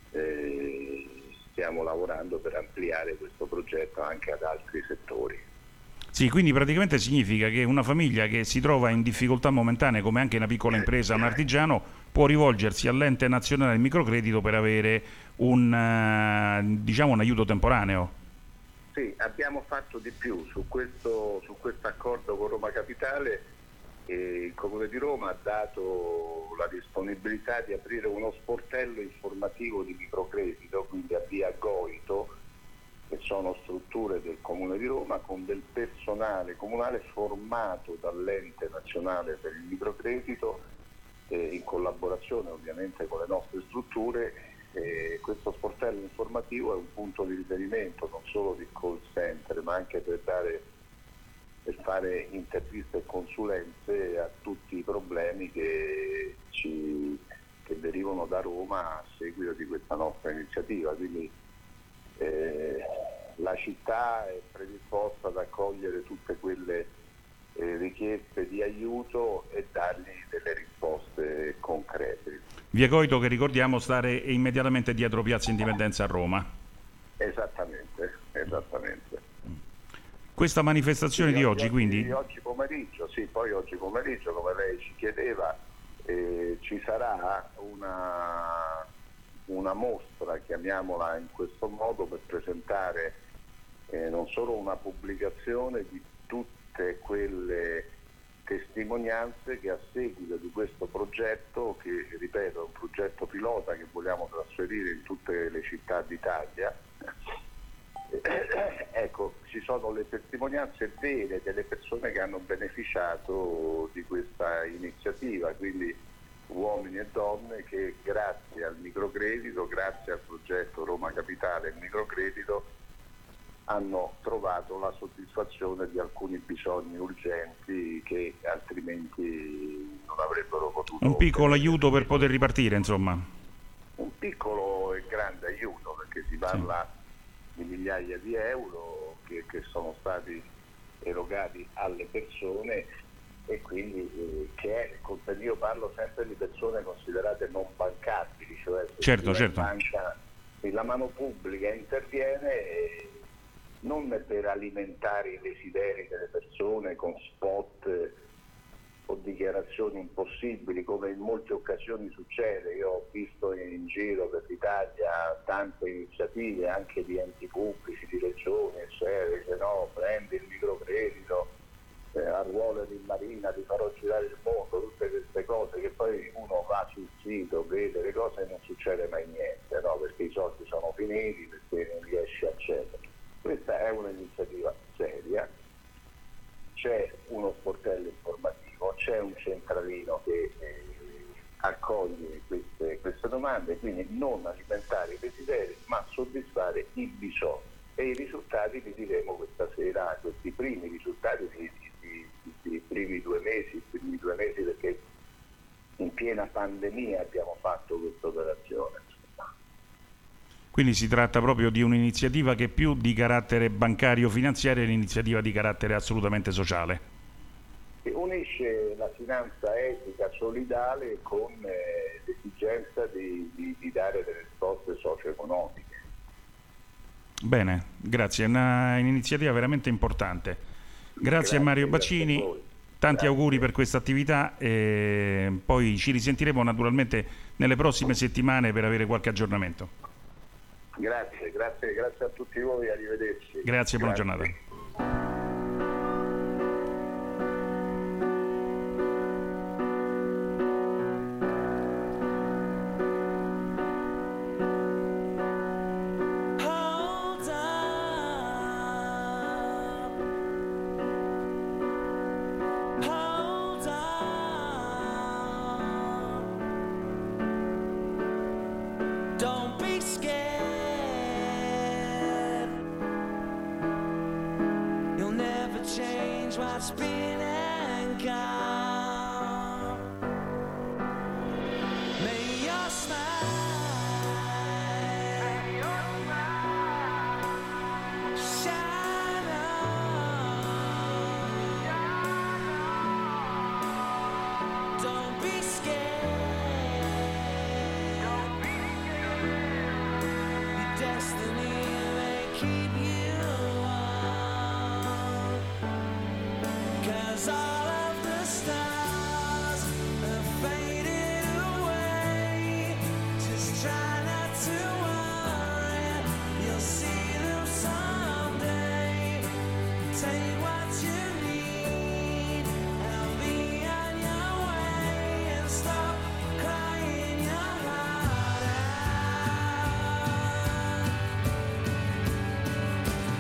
eh, stiamo lavorando per ampliare questo progetto anche ad altri settori. Sì, quindi praticamente significa che una famiglia che si trova in difficoltà momentanee, come anche una piccola impresa, un artigiano, può rivolgersi all'ente nazionale del microcredito per avere un, eh, diciamo, un aiuto temporaneo. Sì, abbiamo fatto di più su questo su questo accordo con Roma Capitale. E il Comune di Roma ha dato la disponibilità di aprire uno sportello informativo di microcredito, quindi a via Goito, che sono strutture del Comune di Roma, con del personale comunale formato dall'Ente Nazionale per il Microcredito, eh, in collaborazione ovviamente con le nostre strutture. Eh, questo sportello informativo è un punto di riferimento non solo di call center, ma anche per dare per fare interviste e consulenze a tutti i problemi che, ci, che derivano da Roma a seguito di questa nostra iniziativa. Quindi eh, la città è predisposta ad accogliere tutte quelle eh, richieste di aiuto e dargli delle risposte concrete. Via Goito, che ricordiamo stare immediatamente dietro Piazza Indipendenza a Roma. Esattamente, esattamente. Questa manifestazione Sì, di oggi, quindi... Di oggi pomeriggio, sì, poi oggi pomeriggio, come lei ci chiedeva, eh, ci sarà una, una mostra, chiamiamola in questo modo, per presentare eh, non solo una pubblicazione di tutte quelle testimonianze che a seguito di questo progetto progetto che, ripeto, è un progetto pilota che vogliamo trasferire in tutte le città d'Italia. Ecco, ci sono le testimonianze vere delle persone che hanno beneficiato di questa iniziativa, quindi uomini e donne che grazie al microcredito, grazie al progetto Roma Capitale Microcredito, hanno trovato la soddisfazione di alcuni bisogni urgenti che altrimenti non avrebbero potuto. Un piccolo aiuto per poter ripartire, insomma. Un piccolo e grande aiuto, perché si parla di migliaia di euro che, che sono stati erogati alle persone, e quindi eh, che è, io parlo sempre di persone considerate non bancabili, cioè se certo, in certo. banca, se la mano pubblica interviene eh, non per alimentare i desideri delle persone con spot eh, o dichiarazioni impossibili, come in molte occasioni succede. Io ho visto in giro per l'Italia tante iniziative anche di enti pubblici, di regioni, eccetera, dice no, prendi il microcredito, eh, arruolo in marina, ti farò girare il mondo, tutte queste cose che poi uno va sul sito, vede le cose e non succede mai niente, no? Perché i soldi sono finiti, perché non riesci a accedere. Questa è un'iniziativa seria, c'è uno sportello informativo, c'è un centralino che eh, accoglie queste, queste domande, quindi non alimentare i desideri ma soddisfare i bisogni, e i risultati li diremo questa sera, questi primi risultati di, di, di, di primi due mesi, i primi due mesi perché in piena pandemia abbiamo fatto questa operazione. Quindi si tratta proprio di un'iniziativa che più di carattere bancario-finanziario è un'iniziativa di carattere assolutamente sociale. Che unisce la finanza etica solidale con eh, l'esigenza di, di, di dare delle risposte socio-economiche. Bene, grazie, è una, un'iniziativa veramente importante. Grazie, grazie a Mario Baccini, grazie a tanti grazie. auguri per questa attività, e poi ci risentiremo naturalmente nelle prossime settimane per avere qualche aggiornamento. Grazie, grazie, grazie a tutti voi, arrivederci. Grazie, buona giornata. Hold up, hold up. Don't be scared. You'll never change what's been and gone. May your smile shine on. Don't be scared. Your destiny may keep you warm. 'Cause all of the stars have faded away. Just try not to worry, you'll see them someday. Take what you need, I'll be on your way, and stop crying your heart out.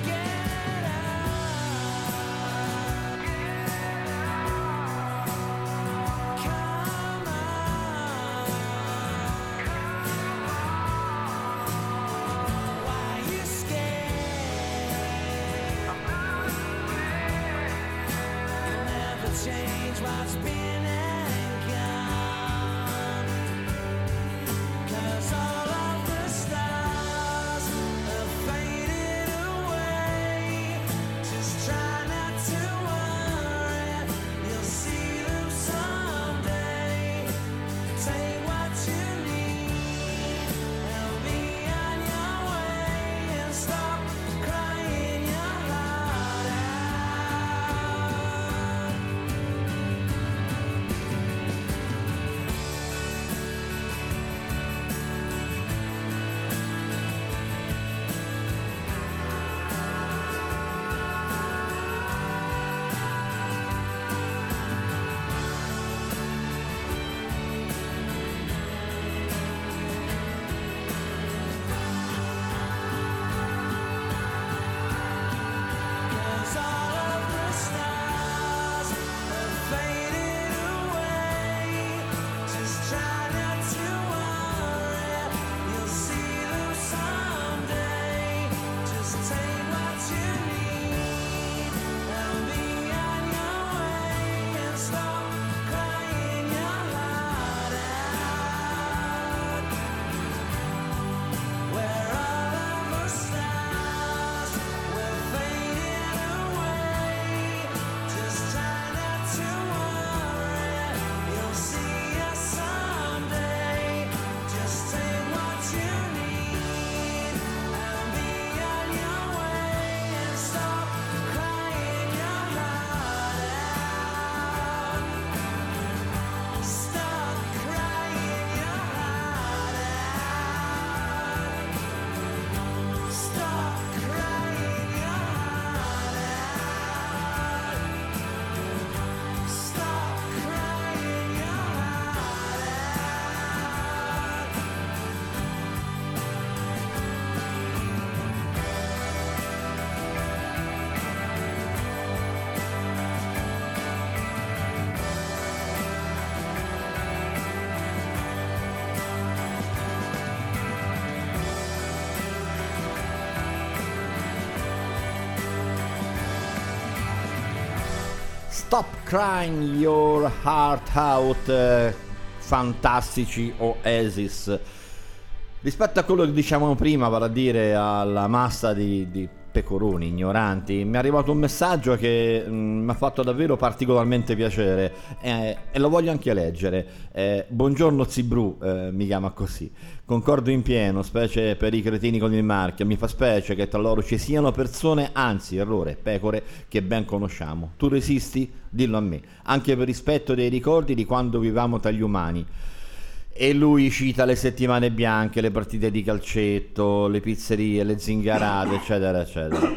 Crying Your Heart Out, eh, fantastici Oasis. Rispetto a quello che dicevamo prima, vale a dire alla massa di, di pecoroni ignoranti, mi è arrivato un messaggio che mm, mi ha fatto davvero particolarmente piacere, eh, e lo voglio anche leggere. eh, buongiorno Zibru, eh, mi chiama così, concordo in pieno, specie per i cretini con il marchio, mi fa specie che tra loro ci siano persone, anzi errore, pecore che ben conosciamo. Tu resisti? Dillo a me, anche per rispetto dei ricordi di quando vivevamo tra gli umani. E lui cita le settimane bianche, le partite di calcetto, le pizzerie, le zingarate, eccetera, eccetera.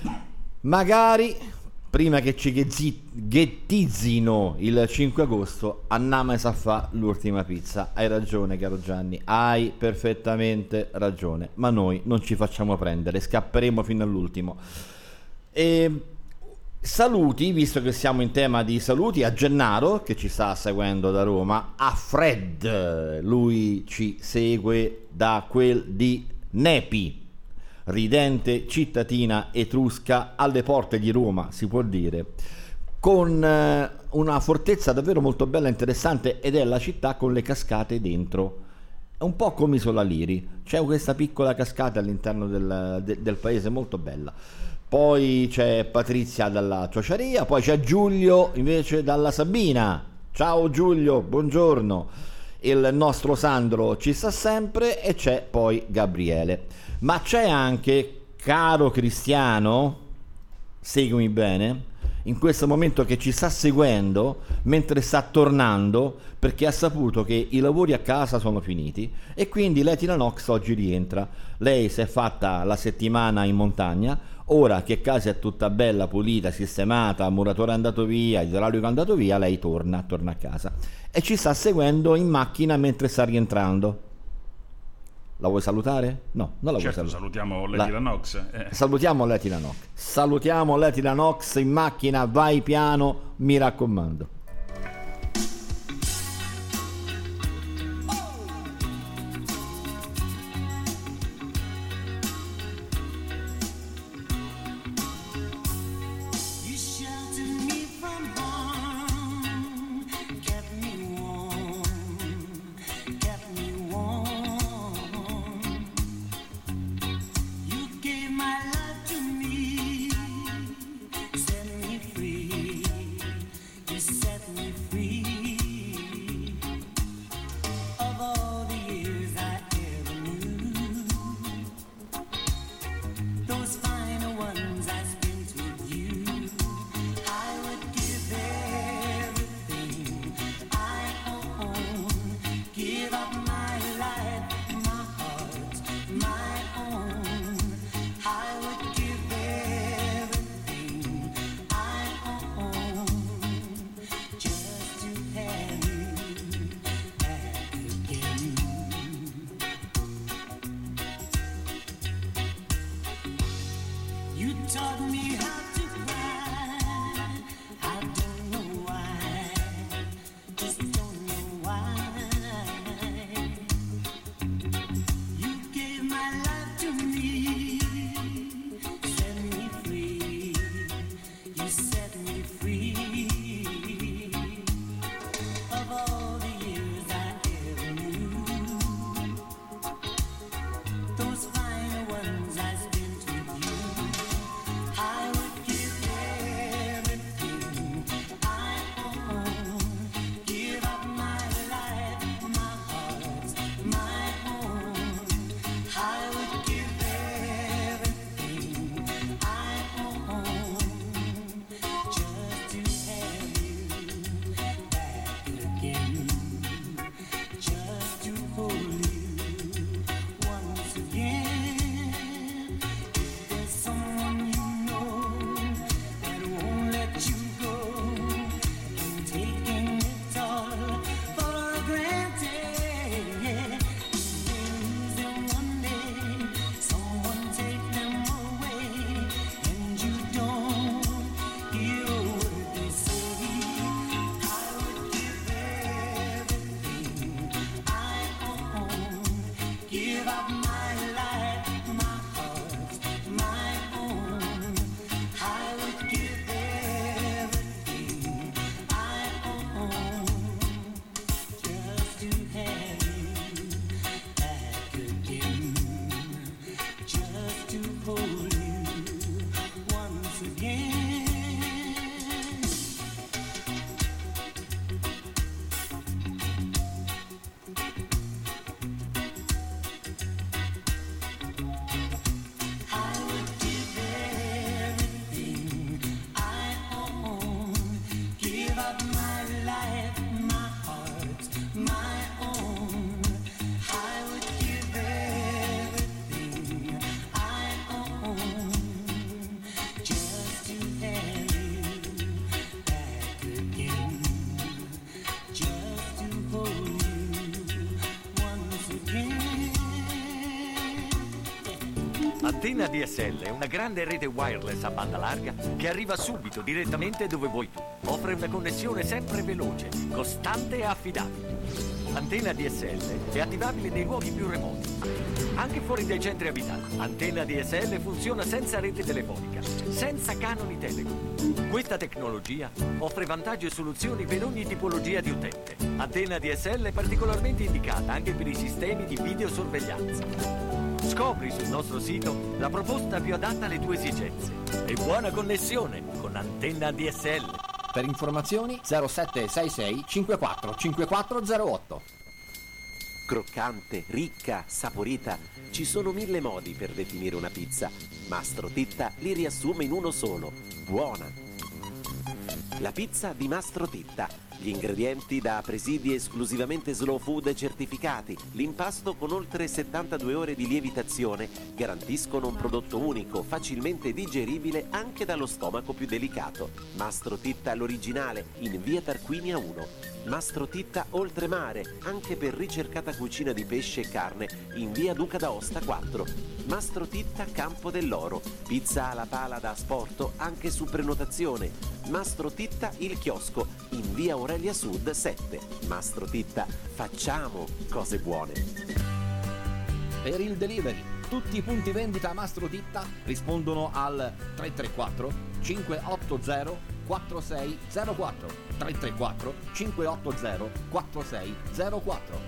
Magari, prima che ci ghezzi- ghettizzino il cinque agosto, andiamo a fa l'ultima pizza. Hai ragione, caro Gianni, hai perfettamente ragione, ma noi non ci facciamo prendere, scapperemo fino all'ultimo. E... saluti, visto che siamo in tema di saluti, a Gennaro che ci sta seguendo da Roma, a Fred, lui ci segue da quel di Nepi, ridente cittadina etrusca alle porte di Roma, si può dire, con eh, una fortezza davvero molto bella e interessante, ed è la città con le cascate dentro. È un po' come Isola Liri, c'è questa piccola cascata all'interno del, de, del paese, molto bella. Poi c'è Patrizia dalla Ciociaria, poi c'è Giulio invece dalla Sabina. Ciao Giulio, buongiorno. Il nostro Sandro ci sta sempre, e c'è poi Gabriele. Ma c'è anche, caro Cristiano, seguimi bene, in questo momento che ci sta seguendo mentre sta tornando, perché ha saputo che i lavori a casa sono finiti e quindi Letina Nox oggi rientra. Lei si è fatta la settimana in montagna, ora che casa è tutta bella, pulita, sistemata, il muratore è andato via, il idraulico è andato via, lei torna, torna a casa e ci sta seguendo in macchina mentre sta rientrando. La vuoi salutare? No, non la certo, vuoi salutare. salutiamo Letina Nox. Eh. Salutiamo Letina Nox. Salutiamo Letina Nox in macchina, vai piano, mi raccomando. You sheltered me from harm, kept me warm, kept me warm. You gave my life to me, set me free. You set me free. Of all the years I ever knew, those final ones I spent with you, I would give everything I own, give up my life, my heart, my own. I would give everything I own just to have you back again. You taught me how to cry. I don't know why, just don't know why. You gave my life to me, set me free. You set me free. Of all the years I ever knew, those final ones I spent with you, I would give everything I own, give up my life, my heart, my own. I would give everything I own just to have you back again, just to hold you once again. If there's someone you know that won't let you go, and taking it all for granted, you lose them one day, someone take them away, and you don't hear a word they say. I would give everything I own, give up my life, my heart, my own. I would give everything I Antenna D S L è una grande rete wireless a banda larga che arriva subito direttamente dove vuoi tu. Offre una connessione sempre veloce, costante e affidabile. Antenna D S L è attivabile nei luoghi più remoti, anche fuori dai centri abitati. Antenna D S L funziona senza rete telefonica, senza canoni Telecom. Questa tecnologia offre vantaggi e soluzioni per ogni tipologia di utente. Antenna D S L è particolarmente indicata anche per i sistemi di videosorveglianza. Scopri sul nostro sito la proposta più adatta alle tue esigenze. E buona connessione con Antenna D S L. Per informazioni zero sette sei sei cinquantaquattro cinquantaquattro zero otto. Croccante, ricca, saporita. Ci sono mille modi per definire una pizza. Mastro Titta li riassume in uno solo: buona. La pizza di Mastro Titta. Gli ingredienti da presidi esclusivamente slow food certificati, l'impasto con oltre settantadue ore di lievitazione garantiscono un prodotto unico, facilmente digeribile anche dallo stomaco più delicato. Mastro Titta l'originale, in via Tarquinia uno. Mastro Titta Oltremare, anche per ricercata cucina di pesce e carne, in via Duca d'Aosta quattro. Mastro Titta Campo dell'Oro, pizza alla pala da asporto anche su prenotazione. Mastro Titta Il Chiosco, in via Aurelia Sud sette. Mastro Titta, facciamo cose buone. Per il delivery, tutti i punti vendita Mastro Titta rispondono al tre tre quattro cinque otto zero quattro sei zero quattro. tre tre quattro cinque otto zero quattro sei zero quattro.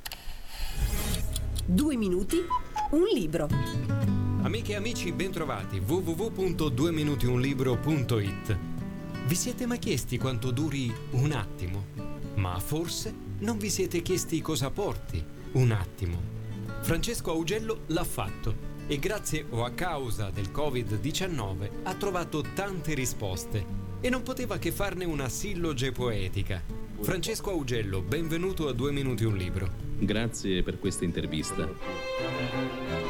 Due minuti, un libro. Amiche e amici, bentrovati. w w w punto due minuti un libro punto i t. Vi siete mai chiesti quanto duri un attimo? Ma forse non vi siete chiesti cosa porti un attimo. Francesco Augello l'ha fatto e grazie o a causa del covid diciannove ha trovato tante risposte e non poteva che farne una silloge poetica. Francesco Augello, benvenuto a Due minuti un libro. Grazie per questa intervista.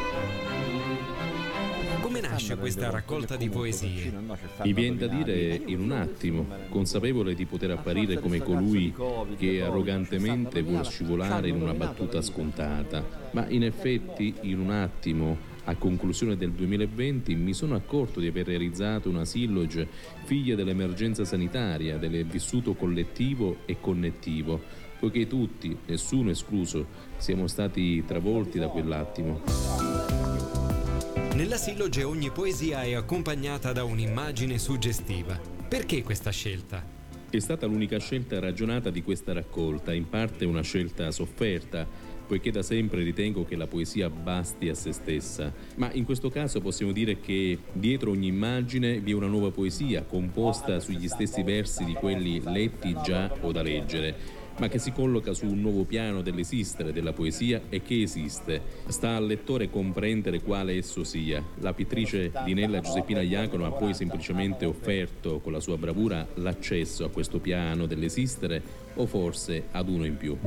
Come nasce questa raccolta di poesie? Mi viene da dire in un attimo, consapevole di poter apparire come colui che arrogantemente vuole scivolare in una battuta scontata, ma in effetti in un attimo, a conclusione del duemilaventi, mi sono accorto di aver realizzato una silloge figlia dell'emergenza sanitaria, del vissuto collettivo e connettivo, poiché tutti, nessuno escluso, siamo stati travolti da quell'attimo. Nella silloge ogni poesia è accompagnata da un'immagine suggestiva. Perché questa scelta? È stata l'unica scelta ragionata di questa raccolta, in parte una scelta sofferta, poiché da sempre ritengo che la poesia basti a se stessa, ma in questo caso possiamo dire che dietro ogni immagine vi è una nuova poesia composta sugli stessi versi di quelli letti già o da leggere, ma che si colloca su un nuovo piano dell'esistere della poesia e che esiste. Sta al lettore comprendere quale esso sia. La pittrice Dinella Giuseppina Iacono ha poi semplicemente offerto con la sua bravura l'accesso a questo piano dell'esistere, o forse ad uno in più.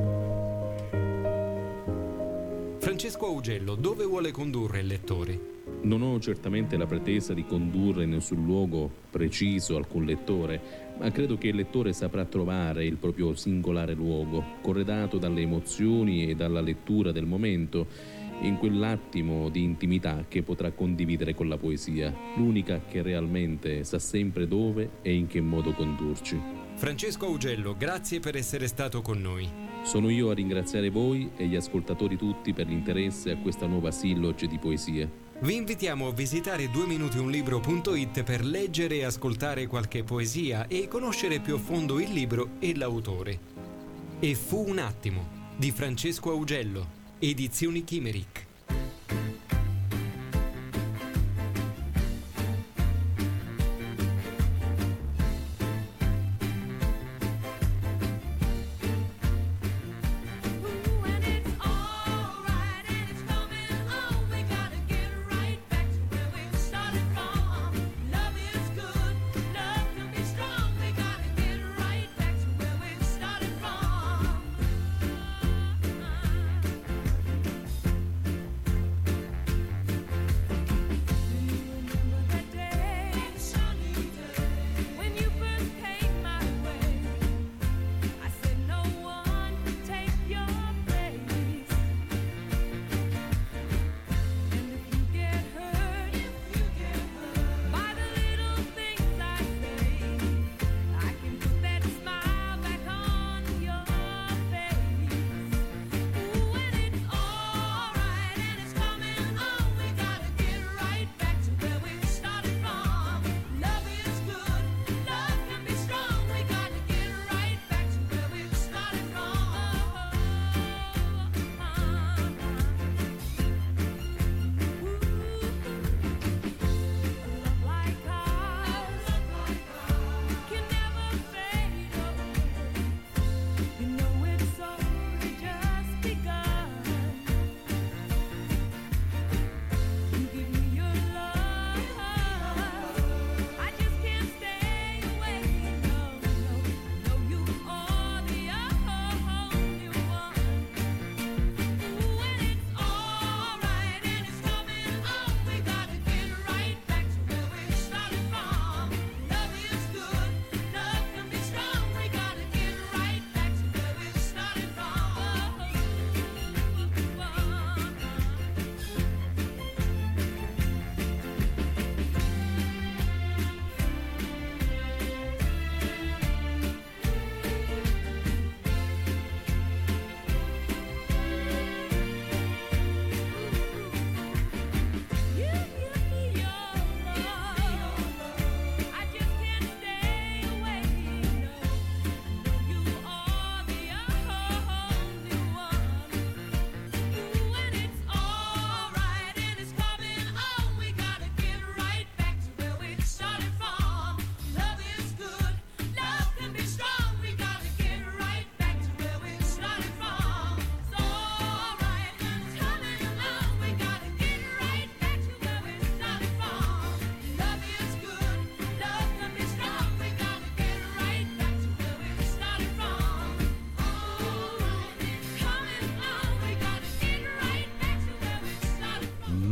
Francesco Augello, dove vuole condurre il lettore? Non ho certamente la pretesa di condurre in nessun luogo preciso alcun lettore, ma credo che il lettore saprà trovare il proprio singolare luogo, corredato dalle emozioni e dalla lettura del momento, in quell'attimo di intimità che potrà condividere con la poesia, l'unica che realmente sa sempre dove e in che modo condurci. Francesco Augello, grazie per essere stato con noi. Sono io a ringraziare voi e gli ascoltatori tutti per l'interesse a questa nuova silloge di poesie. Vi invitiamo a visitare due minuti un libro punto i t per leggere e ascoltare qualche poesia e conoscere più a fondo il libro e l'autore. E fu un attimo, di Francesco Augello, edizioni Chimeric.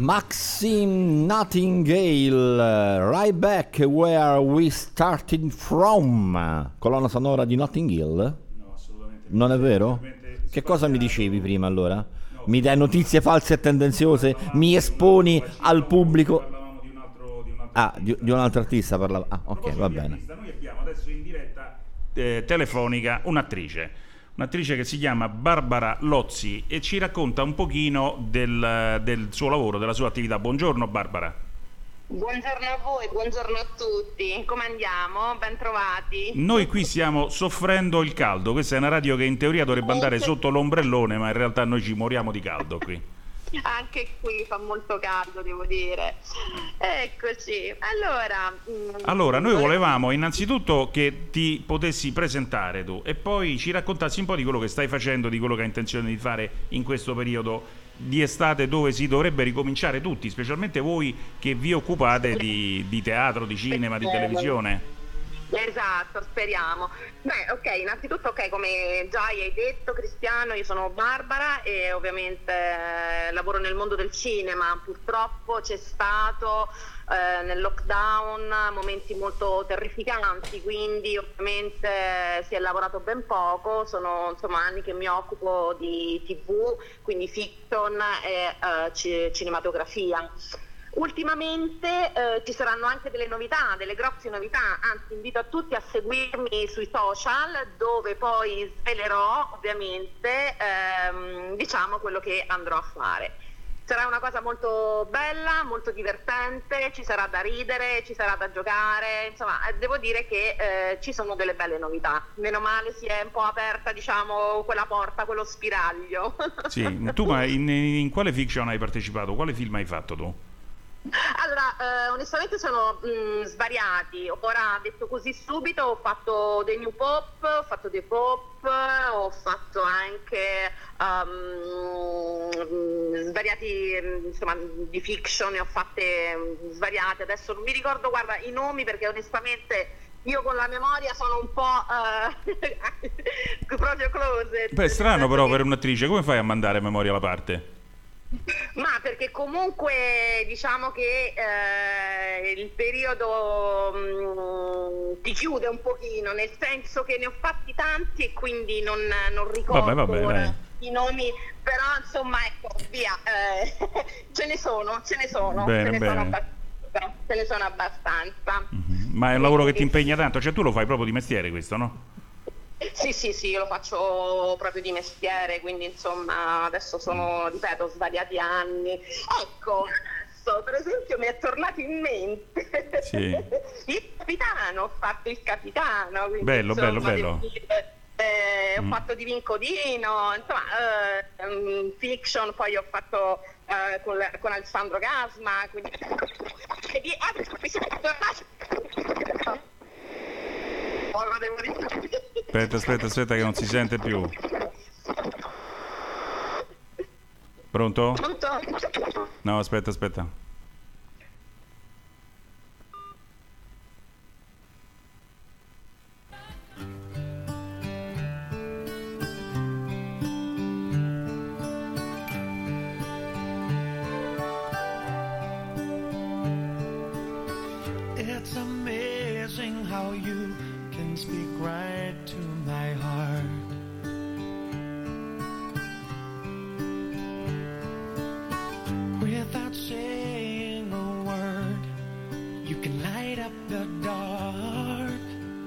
Maxim Nightingale, Right Back Where We Started From, colonna sonora di Notting Hill? No, assolutamente non è vero? Che cosa mi dicevi prima allora? Mi dai notizie false e tendenziose? Mi esponi al pubblico? Ah, di, di un altro artista parlava. Ah, ok, va bene. Noi abbiamo adesso in diretta eh, telefonica un'attrice. Un'attrice che si chiama Barbara Lozzi e ci racconta un pochino del, del suo lavoro, della sua attività. Buongiorno Barbara. Buongiorno a voi, buongiorno a tutti. Come andiamo? Ben trovati. Noi qui stiamo soffrendo il caldo. Questa è una radio che in teoria dovrebbe andare sotto l'ombrellone, ma in realtà noi ci moriamo di caldo qui. Anche qui fa molto caldo, devo dire. Eccoci. Allora, mm, Allora, noi volevamo innanzitutto che ti potessi presentare tu e poi ci raccontassi un po' di quello che stai facendo, di quello che hai intenzione di fare in questo periodo di estate dove si dovrebbe ricominciare tutti, specialmente voi che vi occupate di, di teatro, di cinema, di televisione. Esatto, speriamo. Beh, ok, innanzitutto, ok, come già hai detto Cristiano, io sono Barbara e ovviamente eh, lavoro nel mondo del cinema. Purtroppo c'è stato eh, nel lockdown momenti molto terrificanti, quindi ovviamente si è lavorato ben poco. Sono insomma anni che mi occupo di tivù, quindi fiction e eh, ci- cinematografia. Ultimamente eh, ci saranno anche delle novità, delle grosse novità, anzi invito a tutti a seguirmi sui social dove poi svelerò ovviamente ehm, diciamo quello che andrò a fare. Sarà una cosa molto bella, molto divertente, ci sarà da ridere, ci sarà da giocare, insomma eh, devo dire che eh, ci sono delle belle novità. Meno male si è un po' aperta diciamo quella porta, quello spiraglio. Sì, tu ma in, in quale fiction hai partecipato? Quale film hai fatto tu? Allora, eh, onestamente sono mh, svariati. Ora, detto così subito, ho fatto dei new pop, ho fatto dei pop, ho fatto anche um, svariati, insomma, di fiction, ne ho fatte mh, svariate. Adesso non mi ricordo, guarda, i nomi perché onestamente io con la memoria sono un po' eh, proprio close. Beh, è strano però per un'attrice, come fai a mandare a memoria la parte? Ma perché comunque diciamo che eh, il periodo mh, ti chiude un pochino, nel senso che ne ho fatti tanti e quindi non, non ricordo Vabbè, vabbè, ora dai. i nomi, però insomma ecco, via, eh, ce ne sono, ce ne sono, Bene, ce ne bene. sono abbastanza, ce ne sono abbastanza. Ma è un lavoro che ti impegna tanto, cioè tu lo fai proprio di mestiere questo, no? Sì, sì, sì, io lo faccio proprio di mestiere, quindi insomma adesso sono, ripeto, svariati anni. Ecco, adesso per esempio mi è tornato in mente Sì. il capitano, ho fatto il capitano. Quindi, Bello, insomma, bello, bello. devo dire, eh, Mm. ho fatto di Vincodino, insomma, eh, um, fiction, poi ho fatto eh, con, con Alessandro Gasma, quindi... e di- ah, mi sono tornato- Ora devo dire- Aspetta, aspetta, aspetta che non si sente più. Pronto? Pronto? No, aspetta, aspetta. It's amazing how you can speak right to my heart. Without saying a word, you can light up the dark.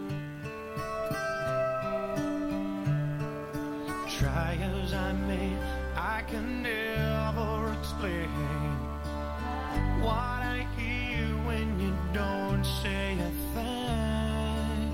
Try as I may, I can never explain what I hear when you don't say a thing.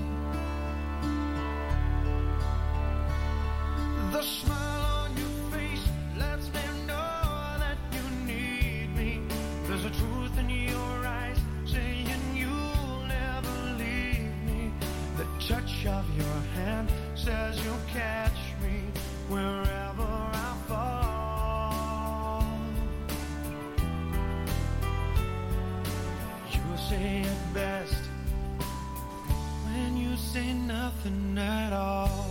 The smile on your face lets me know that you need me. There's a truth in your eyes saying you'll never leave me. The touch of your hand says you'll catch me wherever I fall. You say it best when you say nothing at all.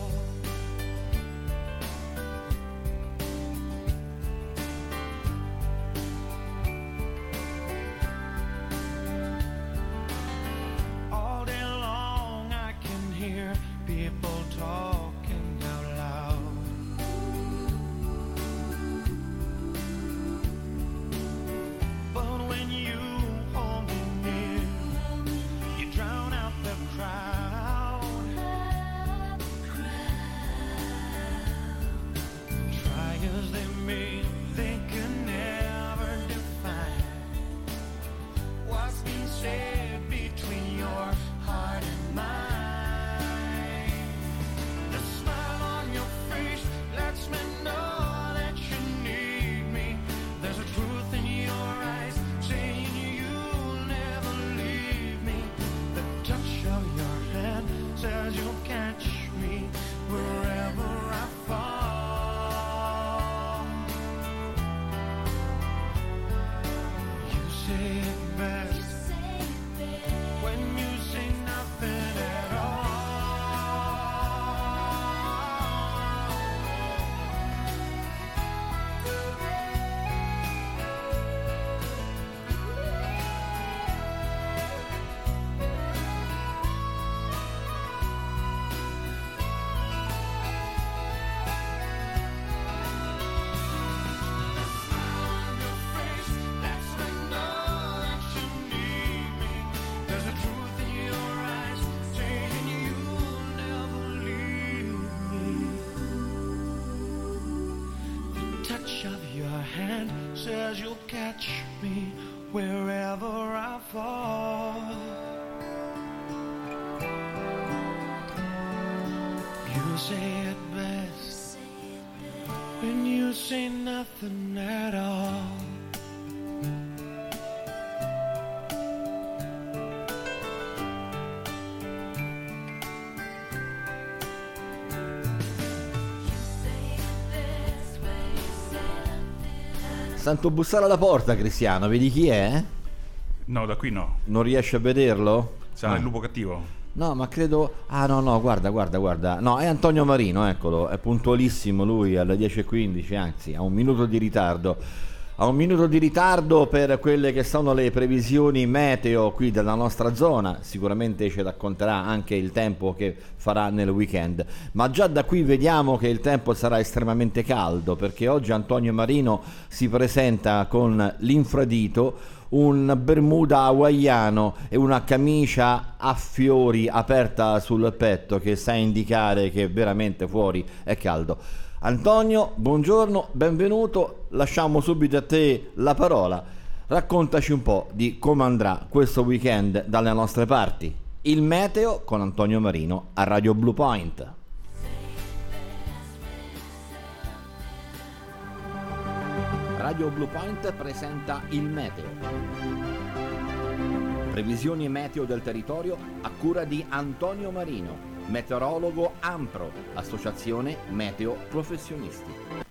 reach of your hand says you'll catch me wherever I fall. You say it best when you say nothing at all. Sento bussare alla porta, Cristiano, vedi chi è? No, da qui no. Non riesci a vederlo? Sarà No. il lupo cattivo? No, ma credo... Ah no, no, guarda, guarda, guarda. No, è Antonio Marino, eccolo. È puntualissimo lui alle dieci e quindici, anzi, ha un minuto di ritardo. Ha un minuto di ritardo per quelle che sono le previsioni meteo qui della nostra zona. Sicuramente ci racconterà anche il tempo che farà nel weekend. Ma già da qui vediamo che il tempo sarà estremamente caldo, perché oggi Antonio Marino si presenta con l'infradito, un bermuda hawaiano e una camicia a fiori aperta sul petto che sa indicare che veramente fuori è caldo. Antonio, buongiorno, benvenuto, lasciamo subito a te la parola. Raccontaci un po' di come andrà questo weekend dalle nostre parti. Il meteo con Antonio Marino a Radio Blue Point. Radio Blue Point presenta il meteo. Previsioni meteo del territorio a cura di Antonio Marino, meteorologo AMPRO, Associazione Meteo Professionisti.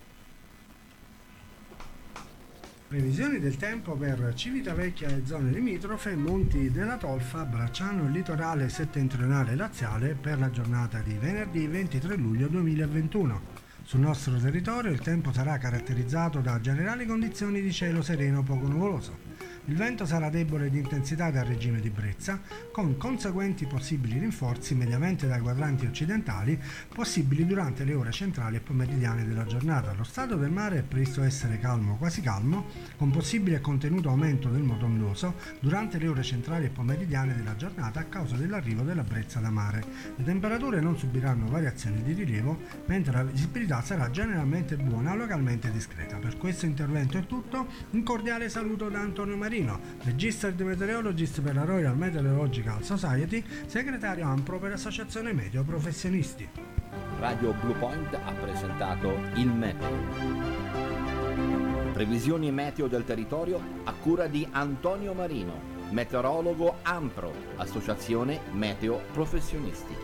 Previsioni del tempo per Civitavecchia e zone limitrofe, Monti della Tolfa, Bracciano e litorale settentrionale laziale per la giornata di venerdì ventitré luglio duemilaventuno. Sul nostro territorio il tempo sarà caratterizzato da generali condizioni di cielo sereno poco nuvoloso. Il vento sarà debole di intensità dal regime di brezza, con conseguenti possibili rinforzi mediamente dai quadranti occidentali, possibili durante le ore centrali e pomeridiane della giornata. Lo stato del mare è previsto essere calmo, quasi calmo, con possibile e contenuto aumento del moto ondoso durante le ore centrali e pomeridiane della giornata a causa dell'arrivo della brezza da mare. Le temperature non subiranno variazioni di rilievo, mentre la visibilità sarà generalmente buona, localmente discreta. Per questo intervento è tutto. Un cordiale saluto da Antonio Marino, Registered Meteorologist per la Royal Meteorological Society, segretario AMPRO per l'Associazione Meteo Professionisti. Radio Blue Point ha presentato il meteo. Previsioni meteo del territorio a cura di Antonio Marino, meteorologo AMPRO, Associazione Meteo Professionisti.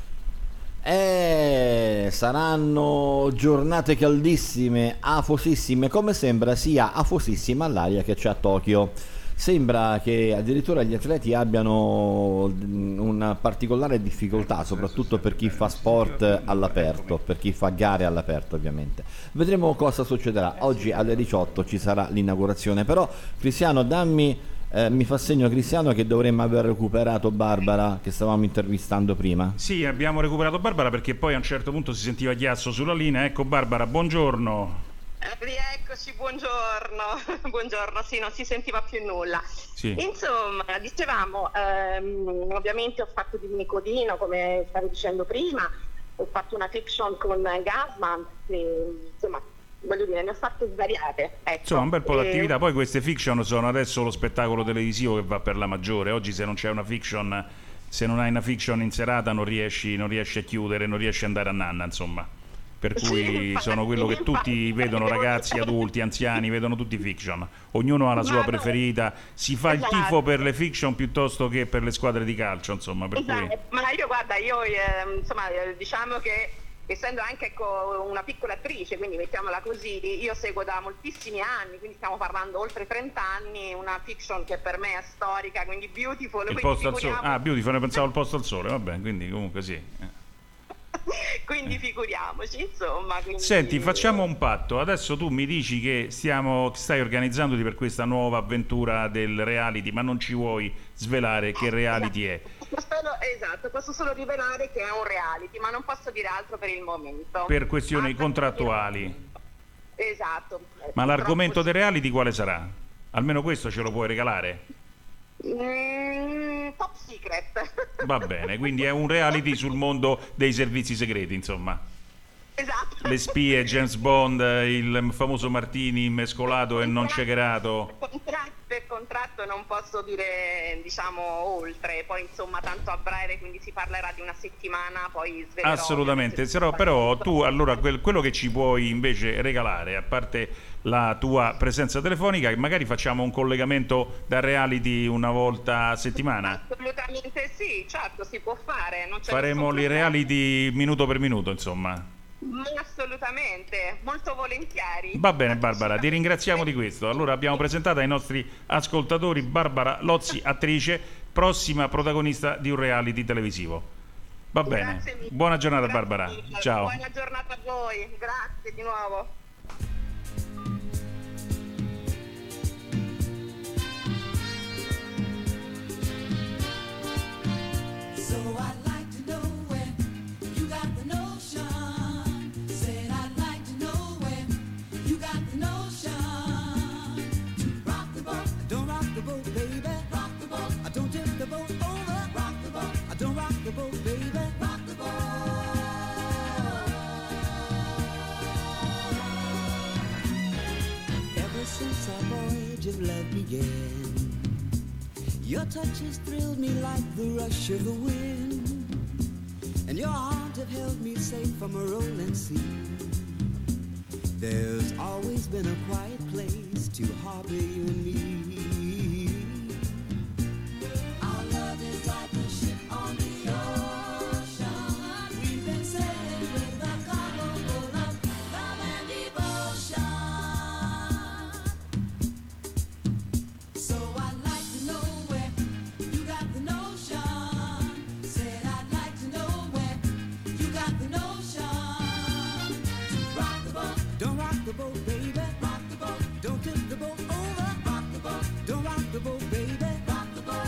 Eh, saranno giornate caldissime, afosissime, come sembra sia afosissima l'aria che c'è a Tokyo. Sembra che addirittura gli atleti abbiano una particolare difficoltà, soprattutto per chi fa sport all'aperto, per chi fa gare all'aperto ovviamente. Vedremo cosa succederà. Oggi alle diciotto ci sarà l'inaugurazione, però Cristiano, dammi... Eh, mi fa segno Cristiano che dovremmo aver recuperato Barbara che stavamo intervistando prima. Sì, abbiamo recuperato Barbara perché poi a un certo punto si sentiva chiasso sulla linea. Ecco Barbara, buongiorno. Rieccoci, buongiorno. Buongiorno, sì, non si sentiva più nulla. Sì. Insomma, dicevamo, ehm, ovviamente ho fatto di Nicodino, come stavi dicendo prima, ho fatto una fiction con Gasman, e, insomma, voglio dire, ne ho fatte svariate. Ecco. Insomma, un bel po' E- d'attività. Poi queste fiction sono adesso lo spettacolo televisivo che va per la maggiore. Oggi se non c'è una fiction, se non hai una fiction in serata non riesci, non riesci a chiudere, non riesci ad andare a nanna, insomma. Per cui sono quello che tutti vedono, ragazzi, adulti, anziani, vedono tutti fiction. Ognuno ha la sua preferita, si fa il tifo per le fiction piuttosto che per le squadre di calcio, insomma, per cui... Esatto, ma io guarda, io eh, insomma eh, diciamo che essendo anche ecco, una piccola attrice, quindi mettiamola così, io seguo da moltissimi anni, quindi stiamo parlando oltre trenta anni, una fiction che per me è storica, quindi Beautiful. Il quindi posto al sole. figuriamo- Ah, Beautiful, ne pensavo al posto al sole, vabbè, quindi comunque sì. Eh. quindi figuriamoci, insomma. Quindi... Senti, facciamo un patto. Adesso tu mi dici che stiamo, stai organizzandoti per questa nuova avventura del reality, ma non ci vuoi svelare che reality è. Solo- esatto, posso solo rivelare che è un reality, ma non posso dire altro per il momento. Per questioni contrattuali. Esatto. Ma l'argomento del reality quale sarà? Almeno questo ce lo puoi regalare? Mm, top secret. Va bene, quindi è un reality sul mondo dei servizi segreti, insomma. Esatto. Le spie, James Bond, il famoso Martini mescolato e non shakerato. Contratto per contratto non posso dire, diciamo, oltre, poi insomma tanto a breve, quindi si parlerà di una settimana, poi svelerò. Assolutamente, però, però tu allora quel- quello che ci puoi invece regalare, a parte la tua presenza telefonica, magari facciamo un collegamento da reality una volta a settimana. Assolutamente sì, certo, si può fare. Non c'è Faremo nessun i problema. reality minuto per minuto, insomma. Ma assolutamente, molto volentieri. Va bene Barbara, ti ringraziamo di questo. Allora abbiamo presentato ai nostri ascoltatori Barbara Lozzi, attrice, prossima protagonista di un reality televisivo. Va bene, Grazie mille. buona giornata Grazie Barbara, mille. ciao. Buona giornata a voi, grazie di nuovo. So I'd like to know where you got the notion. Said I'd like to know where you got the notion. Rock the boat, don't rock the boat, baby. Rock the boat, I don't tip the boat over. Rock the boat, I don't rock the boat, baby. Rock the boat. Ever since our voyage of love began, your touch has thrilled me like the rush of the wind, and your arms have held me safe from a rolling sea. There's always been a quiet place to harbor you and me. Our love is like a ship on the ocean. We've been sailing with a cargo full of love and devotion. So I'd like to know where you got the notion. Said I'd like to know where you got the notion. Rock the boat, don't rock the boat, baby. Rock the boat, don't tip the boat over. Rock the boat, don't rock the boat, baby. Rock the boat.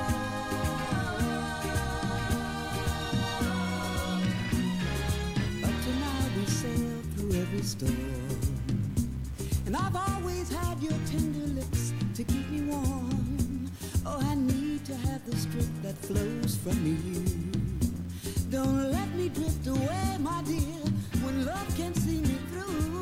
Up to now we sailed through every storm, and I've always had your tender lips to keep me warm. Oh, I need to have the strength that flows from you. Don't let me drift away, my dear, when love can see me through.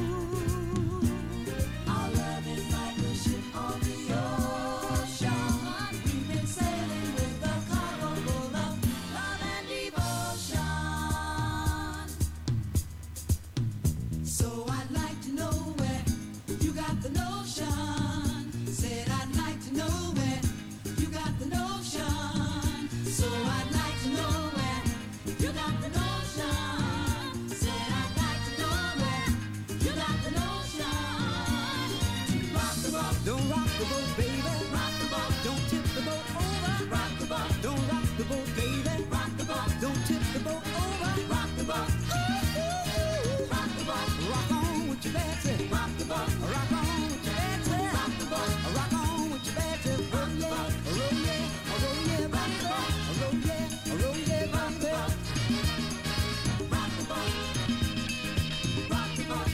Our love is like a ship on the ocean. We've been sailing with a cargo full of love and devotion. So I'd like to know where you got the notion. Said I'd like to know where you got the notion. So I'd like to know where you got the notion. Said I'd like to know where you got the notion. Rock the boat, don't rock the boat, baby. Rock the boat, don't tip the boat over. Rock the boat, don't rock the boat, baby. Rock the boat, don't tip the boat over. Rock the boat, ooh, rock the boat, rock on with your bad tip. Rock the boat, rock on with your bad tip. Rock the boat, rock on with your bad tip. Roll yeah, roll yeah, roll yeah, rock the boat, roll yeah, roll yeah, rock the boat. Rock the boat, rock the boat,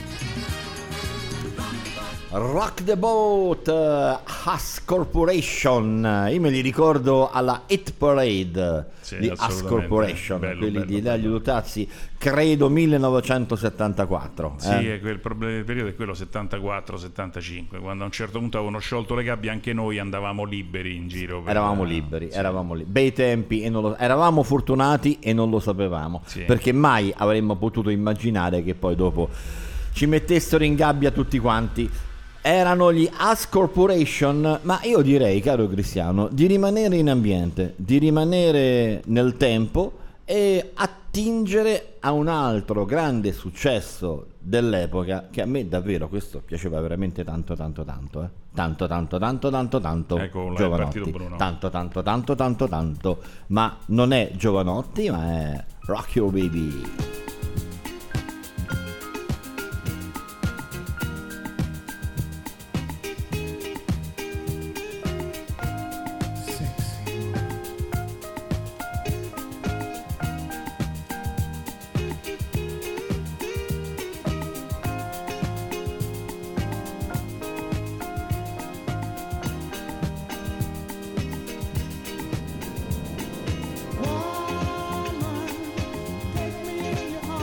rock the boat. Rock the Boat, Haas Corporation, io me li ricordo alla Hit Parade Sì, di Haas assolutamente. Corporation, Bello, quelli bello, di Lelio Luttazzi, credo millenovecentosettantaquattro. Sì, eh. è quel problema del periodo è quello settantaquattro settantacinque, quando a un certo punto avevano sciolto le gabbie, anche noi andavamo liberi in giro. per- Eravamo liberi, eravamo liberi. Bei tempi e non lo- eravamo fortunati e non lo sapevamo, Sì. perché mai avremmo potuto immaginare che poi dopo ci mettessero in gabbia tutti quanti. Erano gli Haas Corporation, ma io direi, caro Cristiano, di rimanere in ambiente, di rimanere nel tempo e attingere a un altro grande successo dell'epoca, che a me davvero questo piaceva veramente tanto tanto tanto, eh. Tanto tanto tanto tanto tanto Ecco, là è Giovanotti. partito Bruno. Tanto tanto tanto tanto tanto, ma non è Giovanotti, ma è Rock Your Baby. Woman, take me in your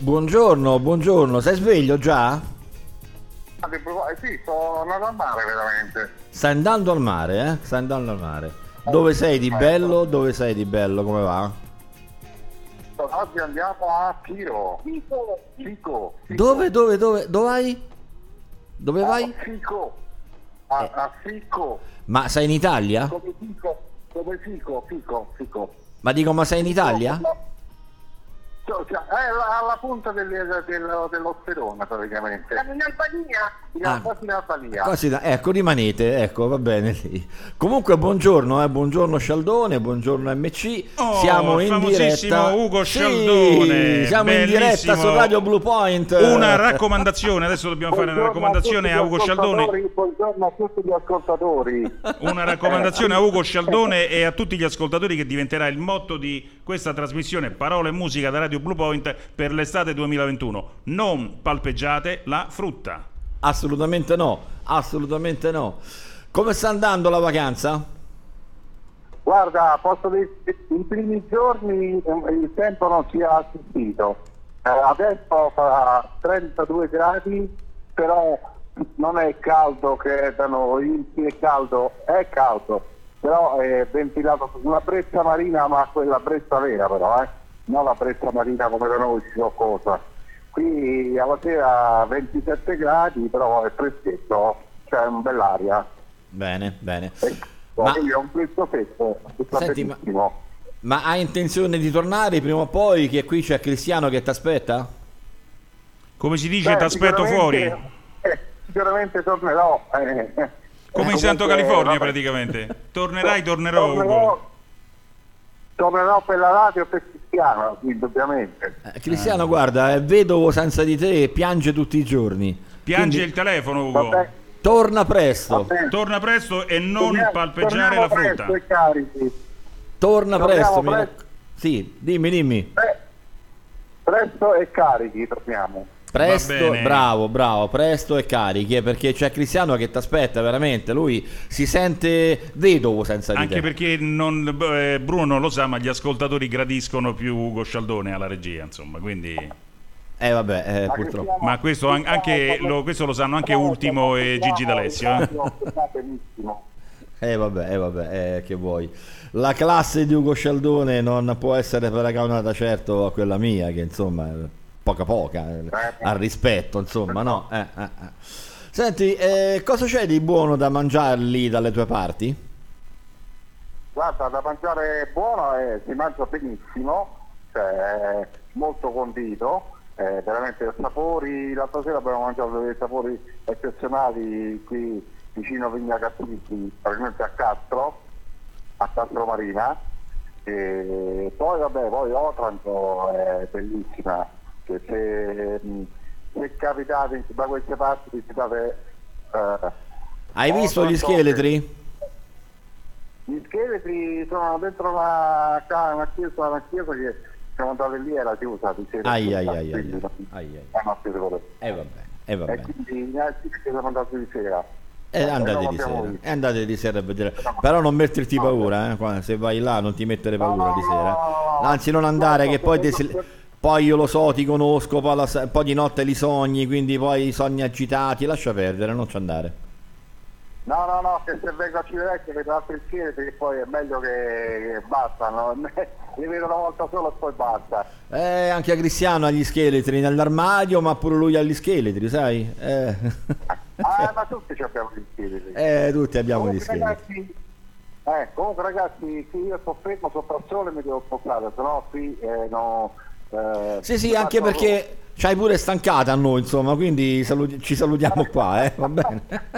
Buongiorno, buongiorno, sei sveglio già? Eh sì, sto andando al mare veramente. Stai andando al mare, eh? Stai andando al mare. Dove sei di bello? Dove sei di bello? Come va? Oggi andiamo a Tiro. Fico. Fico. Dove, dove, dove? Dove vai? Dove vai? Fico. A, a Fico. Ma sei in Italia? Come Fico. Come Fico, Fico, Fico. Ma dico, ma sei in Italia? Cioè, cioè, è alla, alla punta del, del, del, dell'Osperona praticamente. In Albania? In, Ah. quasi in Albania. Quasi da- ecco, rimanete, ecco, va bene lì. Comunque, buongiorno, eh, buongiorno Scialdone, buongiorno M C. Oh, siamo il in famosissimo diretta. Ugo Sì, Scialdone, siamo in bellissimo. diretta su Radio Blue Point. Una raccomandazione, adesso dobbiamo fare una raccomandazione a Ugo Scialdone. Buongiorno a tutti gli ascoltatori. Una raccomandazione a Ugo Scialdone e a tutti gli ascoltatori, che diventerà il motto di questa trasmissione Parole e Musica da Radio Blue Point per l'estate duemilaventuno. Non palpeggiate la frutta. Assolutamente no, assolutamente no. Come sta andando la vacanza? Guarda, posso dire che i primi giorni eh, il tempo non si è assistito. Eh, adesso fa trentadue gradi, però non è caldo che da noi, sì, è caldo, è caldo, però è ventilato su una brezza marina, ma quella brezza vera però, eh, non la brezza marina come da noi si so cosa. Qui alla sera ventisette gradi, però è freschetto, c'è un bell'aria. Bene, bene. Ma è un fresco secco, sta Senti, ma- benissimo. Ma hai intenzione di tornare prima o poi, che qui c'è Cristiano che ti aspetta? Come si dice, Beh, ti aspetto sicuramente- fuori? eh, sicuramente tornerò. eh. Come in Eh, Santo comunque, California vabbè. praticamente. Tornerai, tornerò Ugo. Tornerò, tornerò per la radio per Cristiano, indubbiamente. Eh, Cristiano, guarda, è vedovo senza di te e piange tutti i giorni. Piange Quindi il telefono, Ugo. Vabbè. torna presto. Torna presto e non Torniamo- palpeggiare la torniamo frutta. presto e carichi. Torna Torniamo presto. mi presto. rac- Sì, dimmi, dimmi. Presto e carichi torniamo. Presto, bene. bravo, bravo, presto e carichi, eh, perché c'è Cristiano che ti aspetta veramente, lui si sente vedovo senza di Anche te. perché non, eh, Bruno non lo sa, ma gli ascoltatori gradiscono più Ugo Scialdone alla regia, insomma, quindi... Eh vabbè, eh, purtroppo. Ma questo, an- anche, lo, questo lo sanno anche Ultimo e Gigi D'Alessio. Eh? Eh vabbè, eh vabbè, eh, che vuoi. La classe di Ugo Scialdone non può essere paragonata certo a quella mia, che insomma è poca poca, eh, al rispetto, insomma, no? Eh, eh, eh. Senti, eh, cosa c'è di buono da mangiare lì dalle tue parti? Guarda, da mangiare buono e si mangia benissimo, cioè è molto condito, eh, veramente sapori. L'altra sera abbiamo mangiato dei sapori eccezionali qui vicino a Vigna Cattolici, praticamente a Castro, a Castro Marina. E poi vabbè, poi Otranto è bellissima, che se, se capitate da queste parti visitate eh, Hai visto gli Otranto, scheletri? Gli scheletri sono dentro una, ca- una chiesa, una chiesa che siamo andati lì, era chiusa di sera. Ai ai ai ai, Quindi, ai, ai. eh, no, siete voi. Eh vabbè, eh vabbè. E quindi neanche che siamo andati di sera. Eh, Eh, andate non di l'abbiamo sera, visto. eh, andate di sera a vedere. Però non metterti paura, eh, qua- se vai là non ti mettere paura di sera. Anzi, non andare, che poi, ti si- poi io lo so, ti conosco, poi, la se- poi di notte li sogni, quindi poi i sogni agitati, lascia perdere, non ci andare. No, no, no, che se vengo a Civitavecchia vedo altri scheletri, che poi è meglio che, che bastano. Li vedo una volta solo e poi basta. Eh, anche a Cristiano ha gli scheletri nell'armadio, ma pure lui ha gli scheletri, sai? Eh, Ah, ma tutti ci abbiamo gli scheletri. eh, tutti abbiamo gli Comunque, scheletri. ragazzi, eh, comunque ragazzi, qui io sto fermo sotto al sole, mi devo spostare, sennò qui eh, no, eh, Sì, sì, anche faccio- perché c'hai pure stancata a noi, insomma, quindi saluti- ci salutiamo qua, eh, va bene?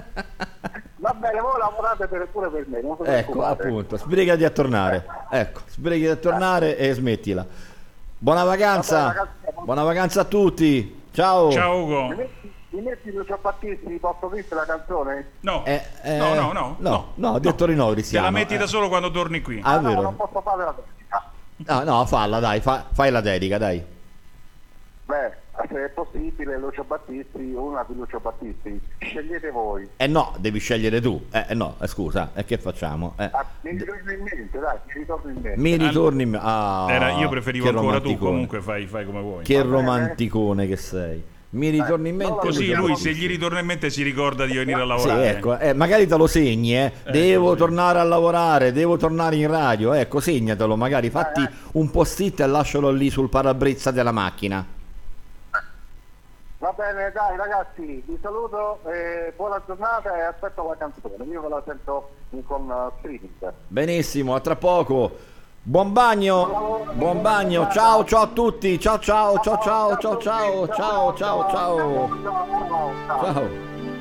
Va bene, voi lavorate per, pure per me, non vi Ecco, preoccupate. appunto, sbrigati a tornare. Ecco, sbrigati a tornare e smettila. Buona vacanza. Vabbè, ragazzi, Buona vacanza a tutti. Ciao. Ciao Mi Ugo. metti, mi metti Lucio Battisti, posso dire la canzone? No, Eh, eh, no, no, no. No, no, ho detto di no, Te Cristiano. la metti eh. da solo quando torni qui. Ah, è No, vero? non posso fare la dedica. Ah, no, falla, dai, fa- fai la dedica, dai. Beh, se è possibile Lucio Battisti o una di Lucio Battisti, scegliete voi. Eh no, devi scegliere tu. Eh eh, no, eh, scusa, e che facciamo? Eh. Ah, mi ritorno in mente, dai, mi ritorno in mente. Mi ritorni in me- ah, Era, io preferivo che ancora tu, romanticone. comunque fai, fai come vuoi. Che romanticone che sei. Mi ritorni in mente. Così Lucio lui, Battisti. se gli ritorna in mente, si ricorda di venire a Sì, lavorare. ecco, eh, magari te lo segni, eh. Devo così. tornare a lavorare, devo tornare in radio, ecco, segnatelo, magari fatti un post-it e lascialo lì sul parabrezza della macchina. Va bene, dai ragazzi, vi saluto, eh, buona giornata e aspetto la canzone, io ve la sento con uh, streaming. Benissimo, a tra poco. Buon bagno, buon bagno, ciao ciao a tutti, ciao ciao ciao ciao ciao ciao ciao ciao ciao ciao.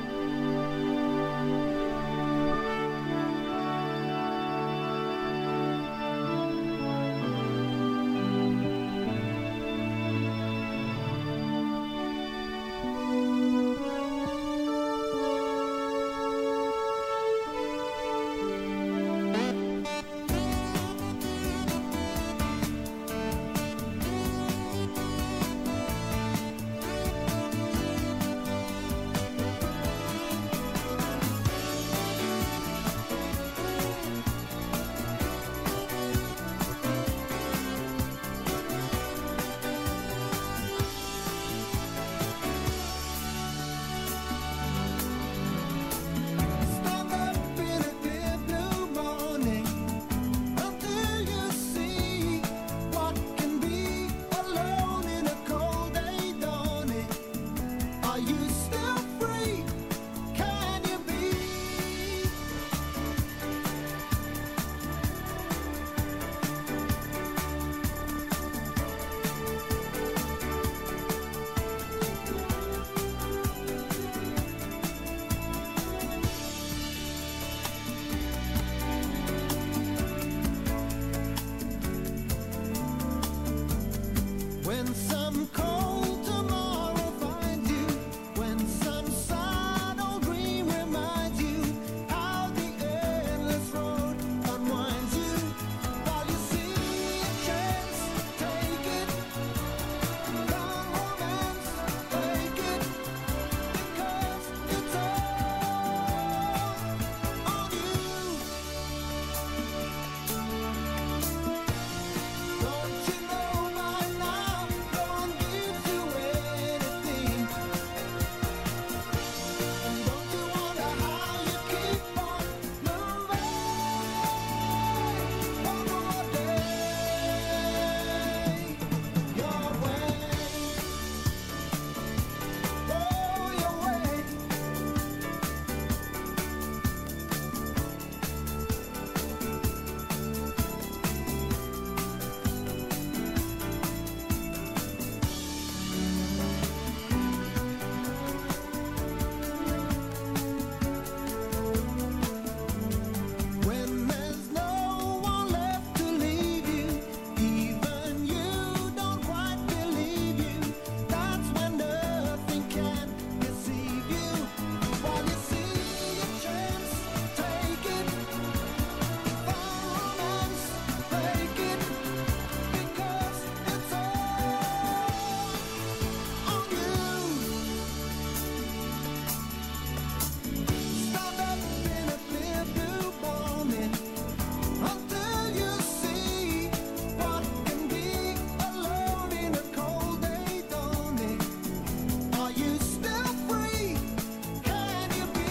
When some cold tomorrow finds you, when some sad old dream reminds you how the endless road unwinds you, while you see a chance, take it. Come romance, take it, because it's all on you. Don't you know by now? Don't give you anything. And don't you wonder how you keep on moving? One more day, your way, oh your way. When there's no one left to leave you, even you don't quite believe you, that's when nothing can deceive you. While you see a chance, take it. Find romance, break it, because it's all on you. Stand up in a clear blue morning until you see what can be alone in a cold day dawning. Are you still free? Can you be?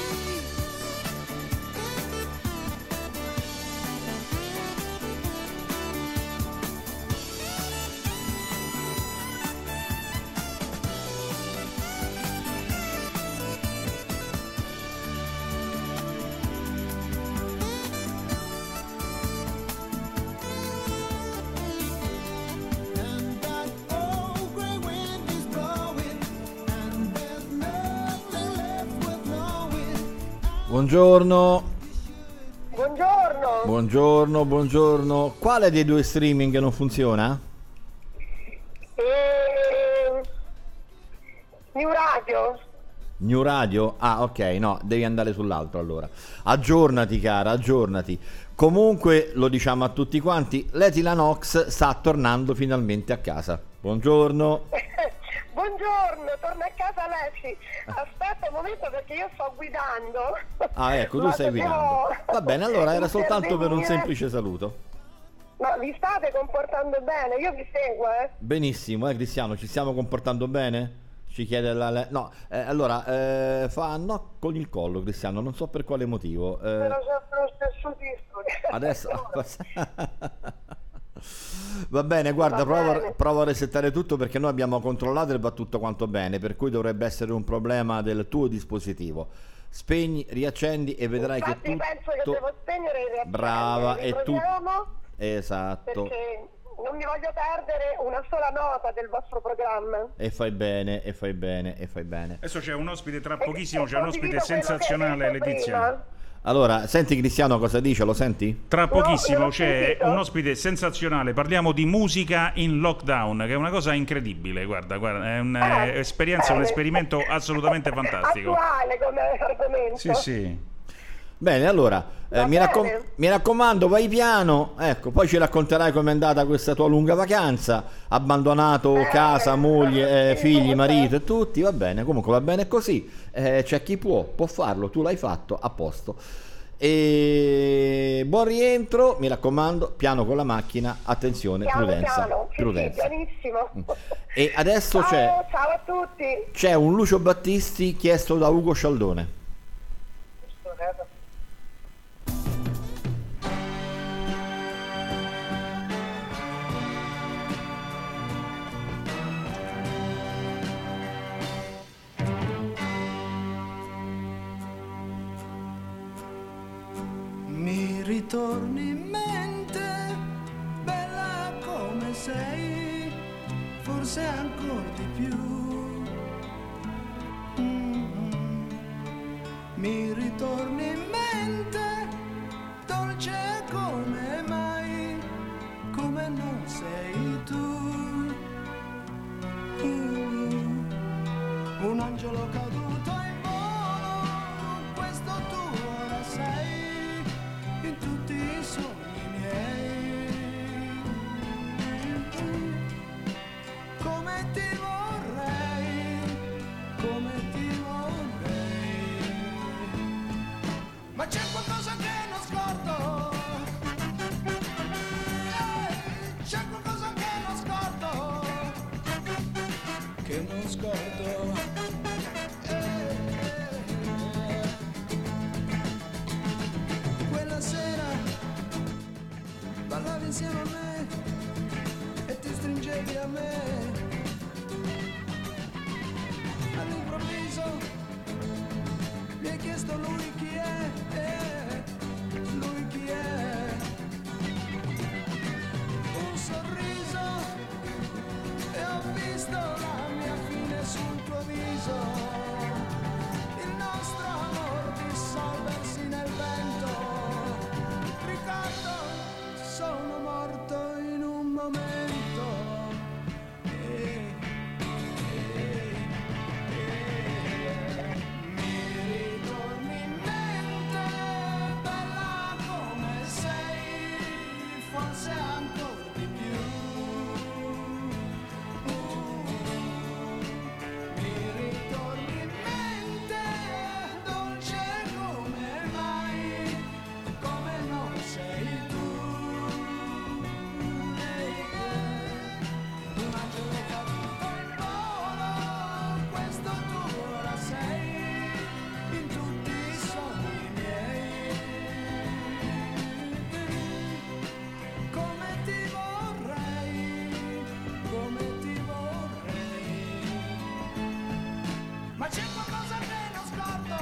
And that old gray wind is blowing, and there's nothing left worth knowing. Buongiorno, Buongiorno, buongiorno, buongiorno. Quale dei due streaming non funziona? Ehm, New Radio, New Radio? Ah, ok, no, devi andare sull'altro allora. Aggiornati, cara, aggiornati. Comunque, lo diciamo a tutti quanti, Leti Lanox sta tornando finalmente a casa. Buongiorno. buongiorno, torna a casa Alessi. Aspetta un momento perché io sto guidando. Ah, ecco, tu Ma stai dobbiamo guidando. Va bene, allora era soltanto per un intervenire. semplice saluto. Ma vi state comportando bene? Io vi seguo, eh. Benissimo, eh Cristiano, ci stiamo comportando bene? Ci chiede la... le- No, eh, allora, eh, fa no con il collo Cristiano, non so per quale motivo. eh, Sono sempre lo stesso disco. Adesso... Va bene, guarda, Va prova, bene. prova a resettare tutto perché noi abbiamo controllato e va tutto quanto bene, per cui dovrebbe essere un problema del tuo dispositivo. Spegni, riaccendi e vedrai Infatti che tutto... penso che devo spegnere e riaccendere. Brava, e tu... Riproviamo, Esatto. perché non mi voglio perdere una sola nota del vostro programma. E fai bene, e fai bene, e fai bene. Adesso c'è un ospite tra E- pochissimo, e c'è un ospite condivido quello che hai sensazionale, detto Letizia. prima. Allora, senti Cristiano cosa dice, lo senti? Tra pochissimo non l'ho c'è sentito. un ospite sensazionale, parliamo di musica in lockdown, che è una cosa incredibile, guarda, guarda è un'esperienza, un esperimento assolutamente fantastico. Attuale come argomento. Sì, sì. Bene, allora, eh, Va mi, raccom- bene. mi raccomando, vai piano, ecco, poi ci racconterai com'è andata questa tua lunga vacanza, abbandonato Eh, casa, moglie, eh, sì, figli, sì. marito e tutti, va bene, comunque va bene così, eh, c'è chi può, può farlo, tu l'hai fatto, a posto. E buon rientro, mi raccomando, piano con la macchina, attenzione, Piano prudenza, piano, sì, sì, prudenza. pianissimo. E adesso Ciao, c'è, ciao a tutti. c'è un Lucio Battisti chiesto da Ugo Scialdone. Mi ritorni in mente, bella come sei, forse ancora di più. Mm. Mi ritorni in mente, dolce come mai, come non sei tu. Mm. Un angelo caduto in volo, questo tu ora sei in tutti i sogni miei. Come ti vorrei, come ti vorrei. Ma c'è qualcosa che non scordo. Eh, C'è qualcosa che non scordo. Che non scordo. Quella sera ballavi insieme a me e ti stringevi a me. All'improvviso mi hai chiesto lui chi è, eh, lui chi è. Un sorriso e ho visto la mia fine sul tuo viso. Il nostro amor dissolversi nel vento. Ricordo, sono morto in un momento. Eh, eh, eh. Mi ritorni in mente, bella come sei, forse ancora di più. Mi ritorni in mente, dolce come mai, come non sei tu. Un angelo caduto in volo, questo tu ora sei, in tutti i sogni miei. Come ti vorrei, come ti vorrei. Ma c'è qualcosa che non scordo.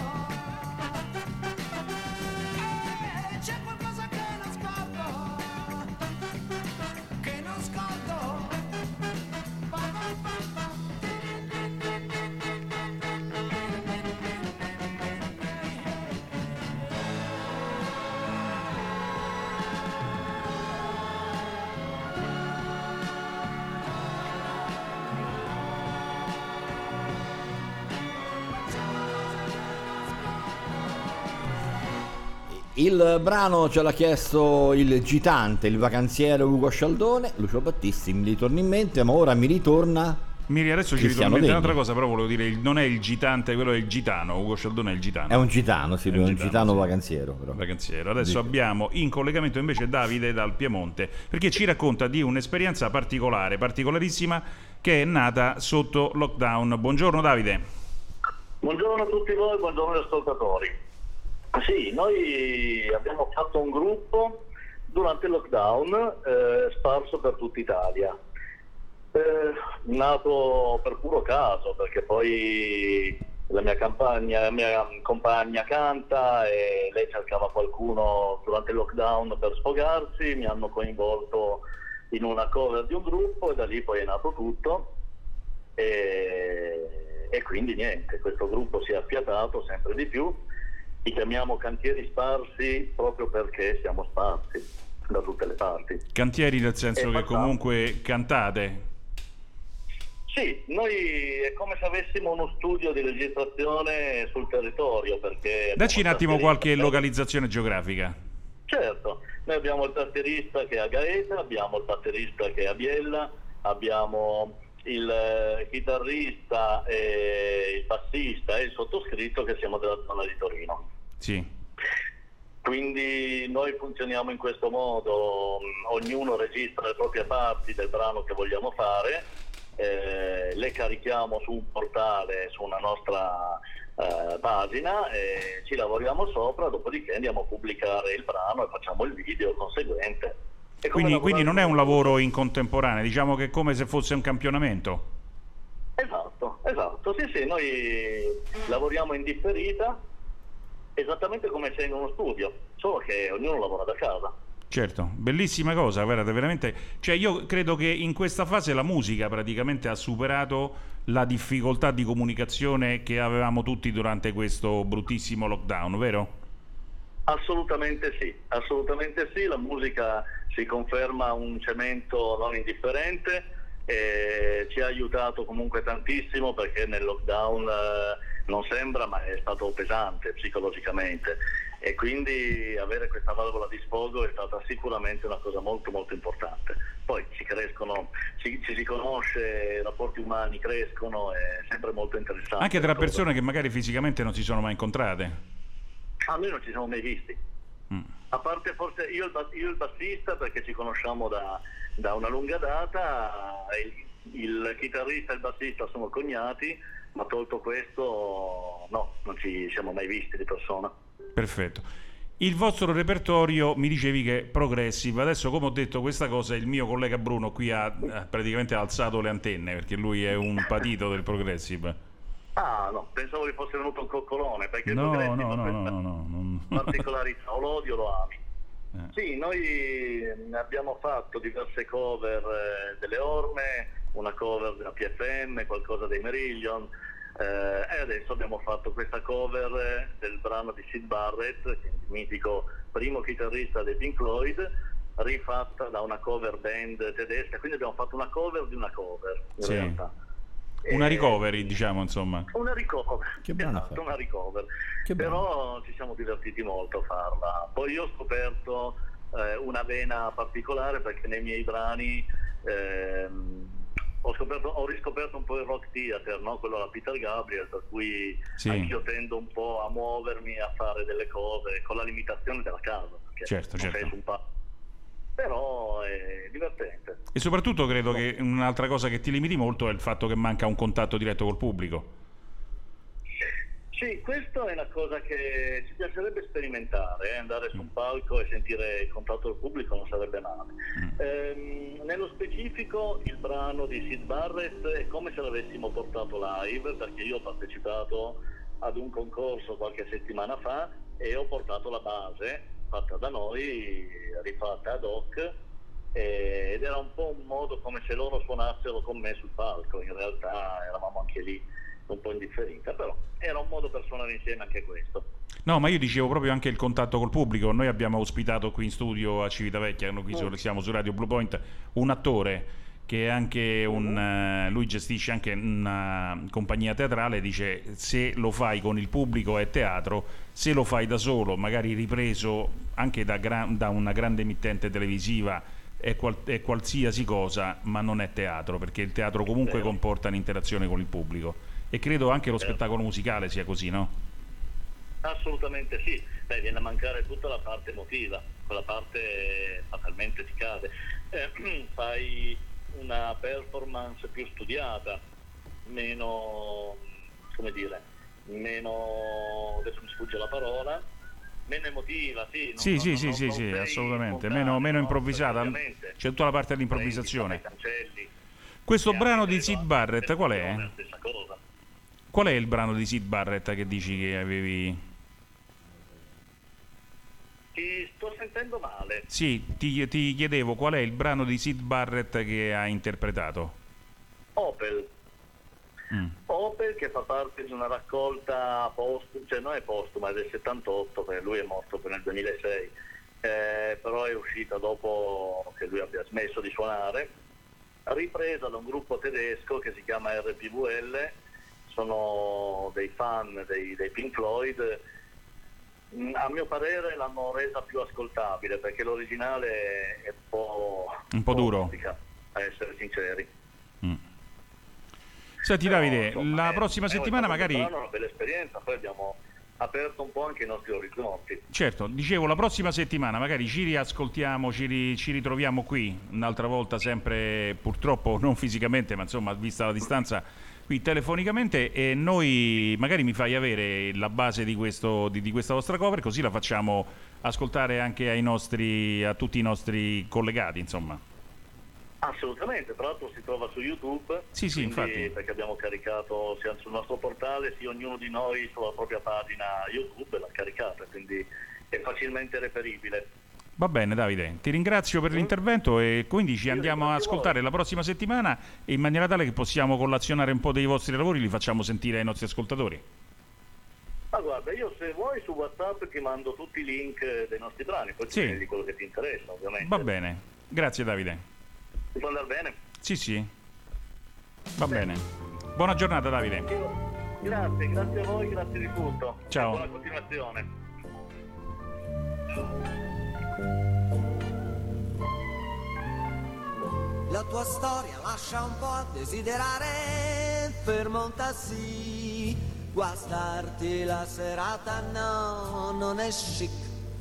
Eh, c'è qualcosa che non scordo. Che non scordo. Pa, pa, pa, pa. Il brano ce l'ha chiesto il gitante, il vacanziere Ugo Scialdone. Lucio Battisti mi ritorna in mente, ma ora mi ritorna Miri, adesso ci ritorno Cristiano in mente Degni. un'altra cosa, però volevo dire, il- non è il gitante, quello è il gitano, Ugo Scialdone è il gitano. È un gitano, sì, È lui è un gitano, gitano sì. vacanziero. Però. Vacanziero. Adesso Dico. abbiamo in collegamento invece Davide dal Piemonte, perché ci racconta di un'esperienza particolare, particolarissima, che è nata sotto lockdown. Buongiorno Davide. Buongiorno a tutti voi, buongiorno agli ascoltatori. Sì, noi abbiamo fatto un gruppo durante il lockdown eh, sparso per tutta Italia. Eh, nato per puro caso, perché poi la mia, campagna, la mia compagna canta e lei cercava qualcuno durante il lockdown per sfogarsi, mi hanno coinvolto in una cover di un gruppo e da lì poi è nato tutto e, e quindi niente, questo gruppo si è affiatato sempre di più, li chiamiamo cantieri sparsi proprio perché siamo sparsi da tutte le parti. Cantieri nel senso È che fantastico. comunque cantate. Sì, noi è come se avessimo uno studio di registrazione sul territorio, perché Dacci un abbiamo attimo il qualche tastierista- localizzazione geografica. Certo, noi abbiamo il tastierista che è a Gaeta, abbiamo il batterista che è a Biella, abbiamo il eh, chitarrista, e il bassista e il sottoscritto che siamo della zona di Torino. Sì. Quindi noi funzioniamo in questo modo, mh, ognuno registra le proprie parti del brano che vogliamo fare, eh, le carichiamo su un portale, su una nostra eh, pagina e ci lavoriamo sopra, dopodiché andiamo a pubblicare il brano e facciamo il video conseguente. È come Quindi, lavorare- quindi non è un lavoro in contemporanea, diciamo che è come se fosse un campionamento. Esatto, esatto, sì sì, noi lavoriamo in differita esattamente come se in uno studio, solo che ognuno lavora da casa. Certo, bellissima cosa, guardate, veramente. Cioè io credo che in questa fase la musica praticamente ha superato la difficoltà di comunicazione che avevamo tutti durante questo bruttissimo lockdown, vero? Assolutamente sì, assolutamente sì, la musica si conferma un cemento non indifferente e ci ha aiutato comunque tantissimo perché nel lockdown eh, non sembra ma è stato pesante psicologicamente e quindi avere questa valvola di sfogo è stata sicuramente una cosa molto molto importante. Poi ci crescono, ci, ci si conosce, i rapporti umani crescono, è sempre molto interessante. Anche tra Cosa- persone che magari fisicamente non si sono mai incontrate. Ah, noi non ci siamo mai visti. Mm. A parte forse io e il, bas- io e il bassista, perché ci conosciamo da, da una lunga data, il, il chitarrista e il bassista sono cognati, ma tolto questo no, non ci siamo mai visti di persona. Perfetto. Il vostro repertorio mi dicevi che è progressive. Adesso, come ho detto questa cosa, il mio collega Bruno qui ha eh, praticamente alzato le antenne perché lui è un patito del progressive. Ah no, pensavo che fosse venuto un coccolone, perché No, il progressive no, ha no, questa no, no, non- particolarità, o lo odi o lo ami. Eh. Sì, noi abbiamo fatto diverse cover eh, delle Orme, una cover della P F M, qualcosa dei Merillion eh, e adesso abbiamo fatto questa cover eh, del brano di Syd Barrett, che è il mitico primo chitarrista dei Pink Floyd, rifatta da una cover band tedesca, quindi abbiamo fatto una cover di una cover in Sì. realtà. Una E- recovery, diciamo, insomma. Una recover, Che brano esatto, fa. una recover. Che Però ci siamo divertiti molto a farla. Poi io ho scoperto eh, una vena particolare perché nei miei brani ehm, ho, scoperto, ho riscoperto un po' il rock theater, no? Quello alla Peter Gabriel, per cui Sì. anch'io tendo un po' a muovermi, a fare delle cose con la limitazione della casa, perché Certo, non certo. sei su un palco. Però è divertente. E soprattutto credo che un'altra cosa che ti limiti molto è il fatto che manca un contatto diretto col pubblico. Sì, questa è una cosa che ci piacerebbe sperimentare, eh, andare su un palco e sentire il contatto del pubblico non sarebbe male. Ehm, nello specifico il brano di Syd Barrett è come se l'avessimo portato live, perché io ho partecipato ad un concorso qualche settimana fa e ho portato la base fatta da noi, rifatta ad hoc, eh, ed era un po' un modo come se loro suonassero con me sul palco. In realtà eravamo anche lì un po' indifferita, però era un modo per suonare insieme anche questo. No, ma io dicevo proprio anche il contatto col pubblico. Noi abbiamo ospitato qui in studio a Civitavecchia, noi qui su- siamo su Radio Blue Point, un attore che è anche un eh, lui gestisce anche una compagnia teatrale, dice se lo fai con il pubblico è teatro, se lo fai da solo, magari ripreso anche da, gran- da una grande emittente televisiva è, qual- è qualsiasi cosa, ma non è teatro, perché il teatro comunque comporta un'interazione con il pubblico, e credo anche lo spettacolo musicale sia così, no? Assolutamente sì. Beh, viene a mancare tutta la parte emotiva, quella parte fatalmente ti cade. Eh, fai una performance più studiata, meno, come dire, meno, adesso mi sfugge la parola, meno emotiva, sì. Non, Sì, non, sì, non, sì, non, sì, non sì, sei assolutamente, spontaneo, meno, meno no? improvvisata, Ovviamente. c'è tutta la parte dell'improvvisazione. Cancelli, Questo brano di Syd Barrett qual è? la stessa cosa. Qual è il brano di Syd Barrett che dici che avevi... Ti sto sentendo male. Sì, ti, ti chiedevo qual è il brano di Syd Barrett che ha interpretato. Opel. Mm. Opel, che fa parte di una raccolta postuma, cioè non è postuma, è del settantotto, perché lui è morto nel duemilasei, eh, però è uscita dopo che lui abbia smesso di suonare, ripresa da un gruppo tedesco che si chiama R P V L, sono dei fan dei, dei Pink Floyd. Mm, a mio parere l'hanno resa più ascoltabile, perché l'originale è un po', Un po' duro. rustica, a essere sinceri. Senti Però, Davide, insomma, la è- prossima è settimana una magari... una bella esperienza, poi abbiamo aperto un po' anche i nostri orizzonti. Certo, dicevo, la prossima settimana magari ci riascoltiamo, ci, ri- ci ritroviamo qui, un'altra volta sempre, purtroppo non fisicamente, ma insomma, vista la distanza, qui telefonicamente, e noi magari mi fai avere la base di, questo, di, di questa vostra cover, così la facciamo ascoltare anche ai nostri, a tutti i nostri collegati, insomma. Assolutamente, tra l'altro si trova su YouTube, Sì, sì, quindi, infatti. perché abbiamo caricato sia sul nostro portale, sia ognuno di noi sulla propria pagina YouTube l'ha caricata, quindi è facilmente reperibile. Va bene Davide, ti ringrazio per l'intervento e quindi ci andiamo a ascoltare la prossima settimana, e in maniera tale che possiamo collazionare un po' dei vostri lavori, li facciamo sentire ai nostri ascoltatori. Ma guarda, io se vuoi su WhatsApp ti mando tutti i link dei nostri brani, poi Sì. ti vedi quello che ti interessa, ovviamente. Va bene, grazie Davide. Ti può andare bene? Sì, sì, va bene. Buona giornata Davide. Grazie, grazie a voi, grazie di tutto. Ciao. E buona continuazione. La tua storia lascia un po' a desiderare, fermo un taxi, guastarti la serata no, non è chic.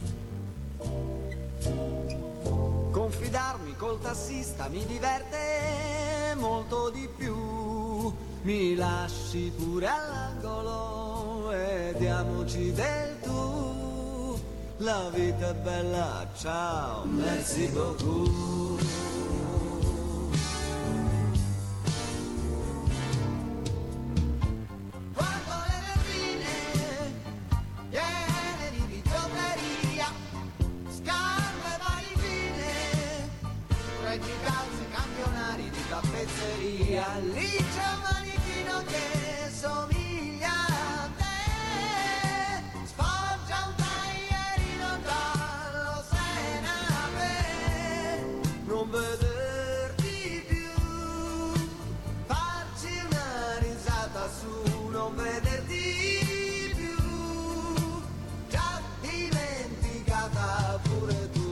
Confidarmi col tassista mi diverte molto di più, mi lasci pure all'angolo e diamoci del tu, la vita è bella, ciao, merci beaucoup. Quando le vetrine piene di bigiotteria, scarpe varicine, reggi calze campionari di tappezzeria, lì c'è un manichino che somiglia a te, sfoggia un taglierino giallo senape, non vederti più, farci una risata su, non vederti più, già dimenticata pure tu.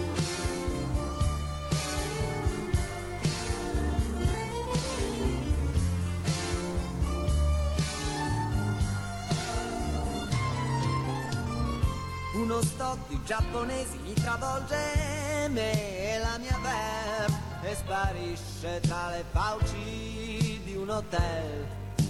Uno stock di giapponesi mi travolge me e la mia ver e sparisce tra le fauci di un hotel.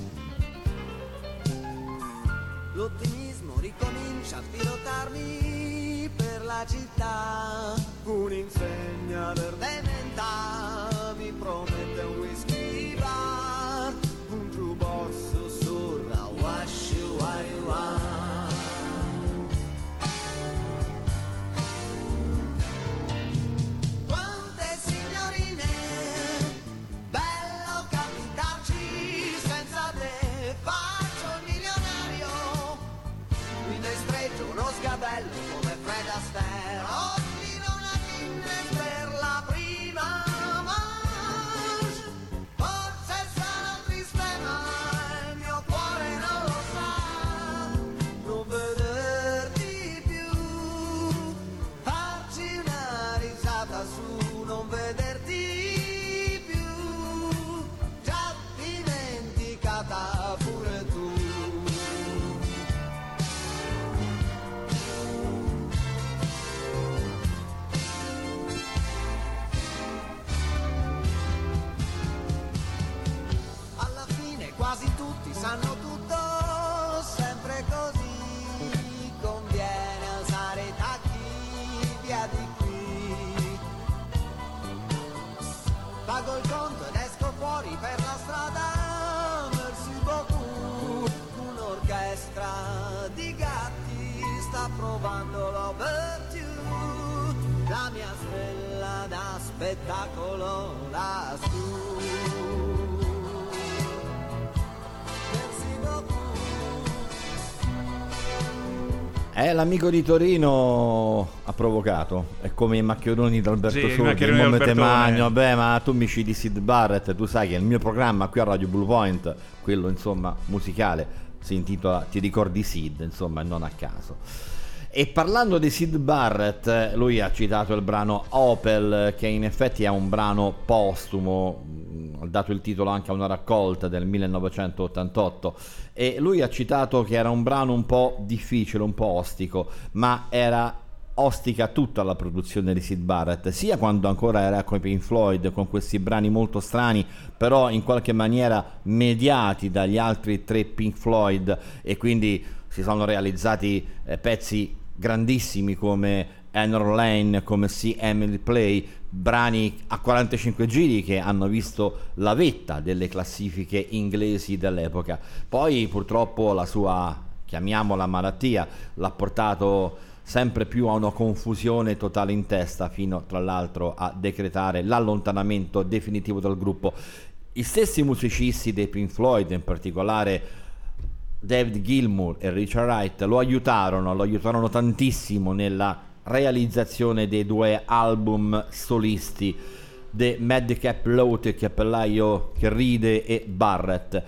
L'ottimismo ricomincia a pilotarmi per la città, un'insegna verde menta mi promette un whisky bar, un jukebox sussurra wash you what you want. Quante signorine, bello capitarci, senza te faccio il milionario, mi destreggio uno sgabello come Fred Astaire, offrire una Guinness per la prima mano, sanno tutto sempre così, conviene alzare i tacchi, via di qui. Pago il conto ed esco fuori per la strada, merci beaucoup. Un'orchestra di gatti sta provando l'overture, la mia stella da spettacolo lassù. Merci beaucoup. Eh, l'amico di Torino ha provocato, è come i maccheroni d'Alberto Sì, i Sordi, maccheroni il Nome d'Albertone. Temagno, beh, ma tu mi citi Sid Barrett, tu sai che il mio programma qui a Radio Blue Point, quello insomma musicale, si intitola Ti ricordi Sid, insomma, e non a caso. E parlando di Sid Barrett, lui ha citato il brano Opel, che in effetti è un brano postumo, ha dato il titolo anche a una raccolta del millenovecentottantotto, e lui ha citato che era un brano un po' difficile, un po' ostico, ma era ostica tutta la produzione di Sid Barrett, sia quando ancora era con i Pink Floyd, con questi brani molto strani, però in qualche maniera mediati dagli altri tre Pink Floyd, e quindi si sono realizzati eh, pezzi grandissimi come Anor Lane, come See Emily Play, brani a quarantacinque giri che hanno visto la vetta delle classifiche inglesi dell'epoca. Poi purtroppo la sua, chiamiamola malattia, l'ha portato sempre più a una confusione totale in testa, fino tra l'altro a decretare l'allontanamento definitivo dal gruppo. I stessi musicisti dei Pink Floyd, in particolare David Gilmour e Richard Wright, lo aiutarono, lo aiutarono tantissimo nella realizzazione dei due album solisti, The Madcap Laughter, Cappellaio che ride, e Barrett,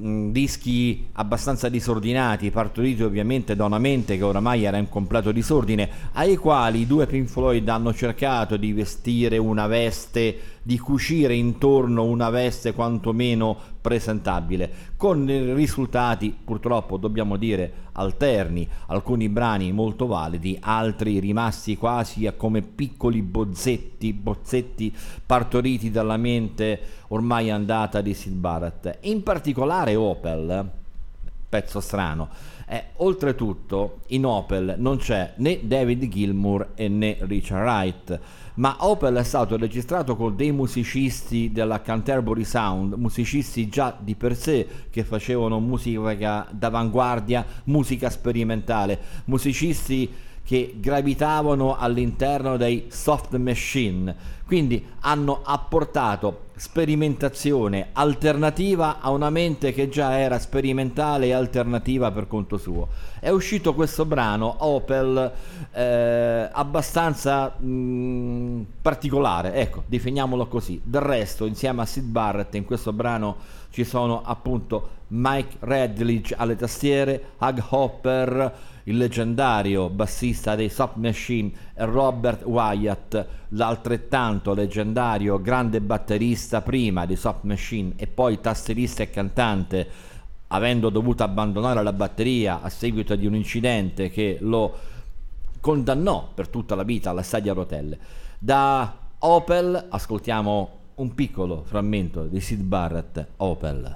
dischi abbastanza disordinati, partoriti ovviamente da una mente che oramai era in completo disordine, ai quali i due Pink Floyd hanno cercato di vestire una veste, di cucire intorno una veste quantomeno presentabile, con risultati purtroppo dobbiamo dire alterni, alcuni brani molto validi, altri rimasti quasi come piccoli bozzetti, bozzetti partoriti dalla mente ormai andata di Sid Barrett. In particolare Opel, pezzo strano, eh, oltretutto in Opel non c'è né David Gilmour e né Richard Wright, ma Opel è stato registrato con dei musicisti della Canterbury Sound, musicisti già di per sé che facevano musica d'avanguardia, musica sperimentale, musicisti che gravitavano all'interno dei Soft Machine, quindi hanno apportato sperimentazione alternativa a una mente che già era sperimentale e alternativa per conto suo. È uscito questo brano Opel eh, abbastanza mh, particolare, ecco, definiamolo così. Del resto, insieme a Sid Barrett, in questo brano ci sono appunto Mike Redlich alle tastiere, Hug Hopper, il leggendario bassista dei Soft Machine, e Robert Wyatt, l'altrettanto leggendario grande batterista prima dei Soft Machine e poi tastierista e cantante, avendo dovuto abbandonare la batteria a seguito di un incidente che lo condannò per tutta la vita alla sedia a rotelle. Da Opel ascoltiamo un piccolo frammento di Sid Barrett, Opel.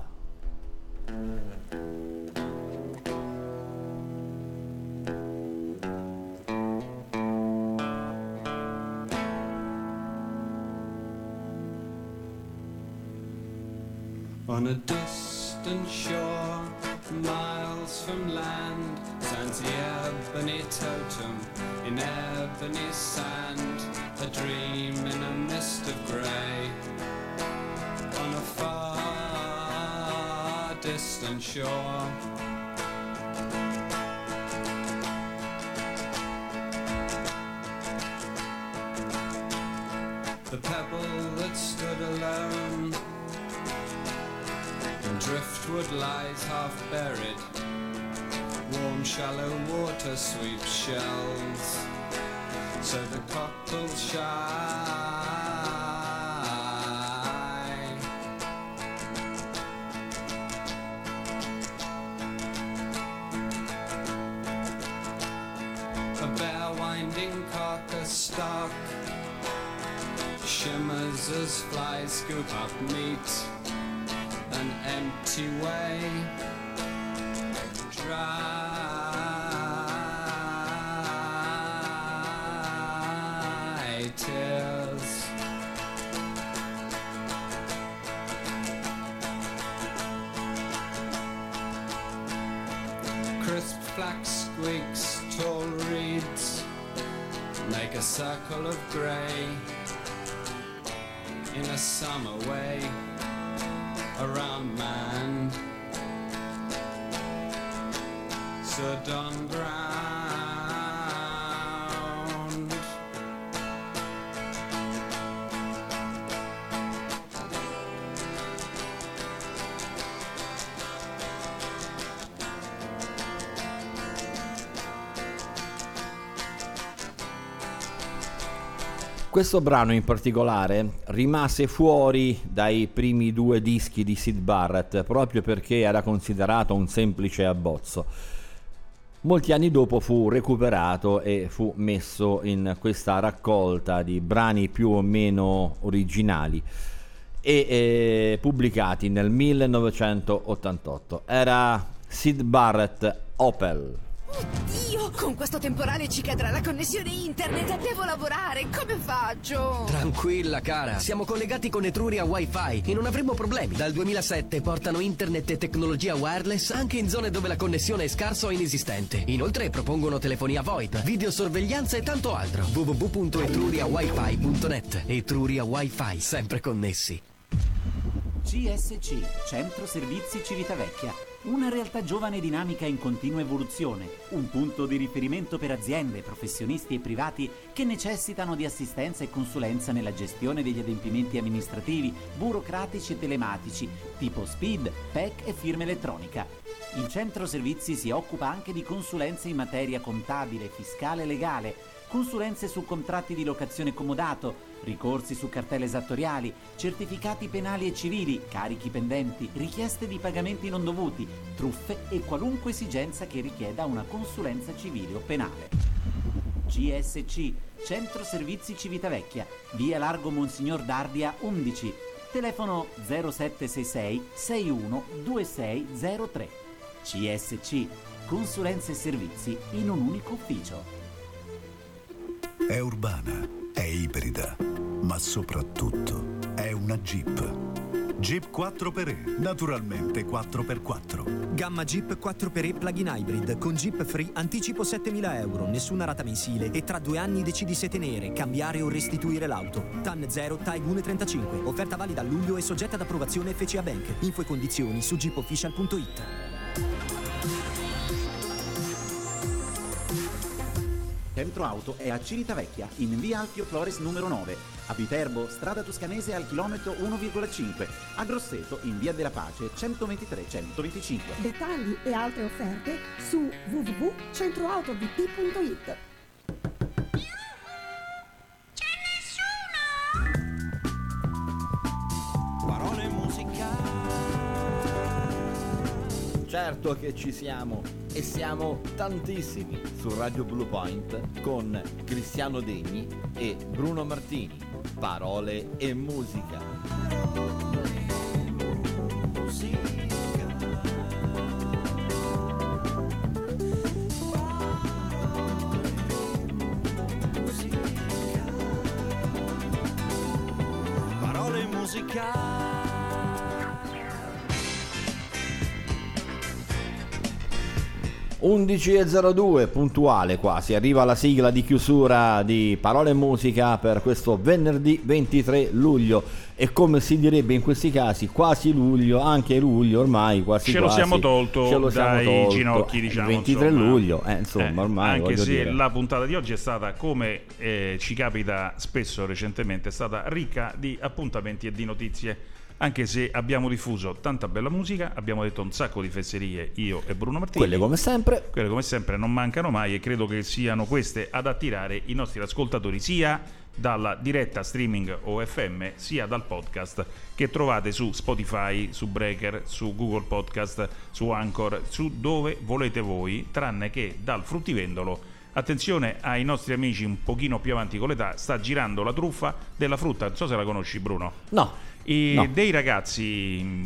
On a distant shore, miles from land, stands the ebony totem in ebony sand, a dream in a mist of grey. On a far distant shore, the pebble that stood alone in driftwood lies half buried, warm shallow water sweeps shells, so the cockles shy. A bare winding carcass stalk shimmers as flies scoop up meat. An empty way dry tears. Crisp flax squeaks, tall reeds make a circle of grey in a summer way around man. Sodom ground. Questo brano in particolare rimase fuori dai primi due dischi di Syd Barrett proprio perché era considerato un semplice abbozzo. Molti anni dopo fu recuperato e fu messo in questa raccolta di brani più o meno originali e eh, pubblicati nel millenovecentottantotto. Era Syd Barrett Opel. Oddio, con questo temporale ci cadrà la connessione internet. Devo lavorare, come faccio? Tranquilla cara, siamo collegati con Etruria Wi-Fi e non avremo problemi. Dal duemilasette portano internet e tecnologia wireless anche in zone dove la connessione è scarsa o inesistente. Inoltre propongono telefonia VoIP, videosorveglianza e tanto altro. w w w punto etruria wifi punto net. Etruria Wi-Fi, sempre connessi. C S C, Centro Servizi Civitavecchia. Una realtà giovane e dinamica in continua evoluzione, un punto di riferimento per aziende, professionisti e privati che necessitano di assistenza e consulenza nella gestione degli adempimenti amministrativi, burocratici e telematici, tipo S P I D, P E C e firma elettronica. Il Centro Servizi si occupa anche di consulenze in materia contabile, fiscale e legale, consulenze su contratti di locazione comodato, ricorsi su cartelle esattoriali, certificati penali e civili, carichi pendenti, richieste di pagamenti non dovuti, truffe e qualunque esigenza che richieda una consulenza civile o penale. C S C, Centro Servizi Civitavecchia, via Largo Monsignor Dardia undici, telefono zero sette sei sei sei uno due sei zero tre. C S C, consulenze e servizi in un unico ufficio. È urbana, è ibrida, ma soprattutto è una Jeep. Jeep quattro per E, naturalmente quattro per quattro. Gamma Jeep quattro per E plug-in hybrid con Jeep Free, anticipo settemila euro, nessuna rata mensile e tra due anni decidi se tenere, cambiare o restituire l'auto. T A N zero, T A I uno trentacinque. Offerta valida a luglio e soggetta ad approvazione F C A Bank. Info e condizioni su jeep official punto it. Centro Auto è a Civitavecchia, in via Alfio Flores numero nove, a Viterbo, strada toscanese al chilometro uno virgola cinque, a Grosseto, in via della Pace centoventitré centoventicinque. Dettagli e altre offerte su w w w punto centroautovt punto it. Parole musicali. Certo che ci siamo e siamo tantissimi su Radio Blue Point con Cristiano Degni e Bruno Martini. Parole e musica. Parole musicali. undici e zero due puntuale quasi, arriva la sigla di chiusura di Parole e Musica per questo venerdì ventitré luglio e come si direbbe in questi casi quasi luglio, anche luglio ormai quasi ce lo quasi, siamo tolto ce lo siamo dai tolto. ginocchi, diciamo, ventitré insomma. luglio, eh, insomma Eh, ormai anche se dire. la puntata di oggi è stata, come eh, ci capita spesso recentemente, è stata ricca di appuntamenti e di notizie. Anche se abbiamo diffuso tanta bella musica, abbiamo detto un sacco di fesserie io e Bruno Martini. Quelle come sempre. Quelle come sempre non mancano mai e credo che siano queste ad attirare i nostri ascoltatori sia dalla diretta streaming o F M sia dal podcast che trovate su Spotify, su Breaker, su Google Podcast, su Anchor, su dove volete voi, tranne che dal fruttivendolo. Attenzione ai nostri amici un pochino più avanti con l'età, sta girando la truffa della frutta, non so se la conosci Bruno. No. E No. dei ragazzi un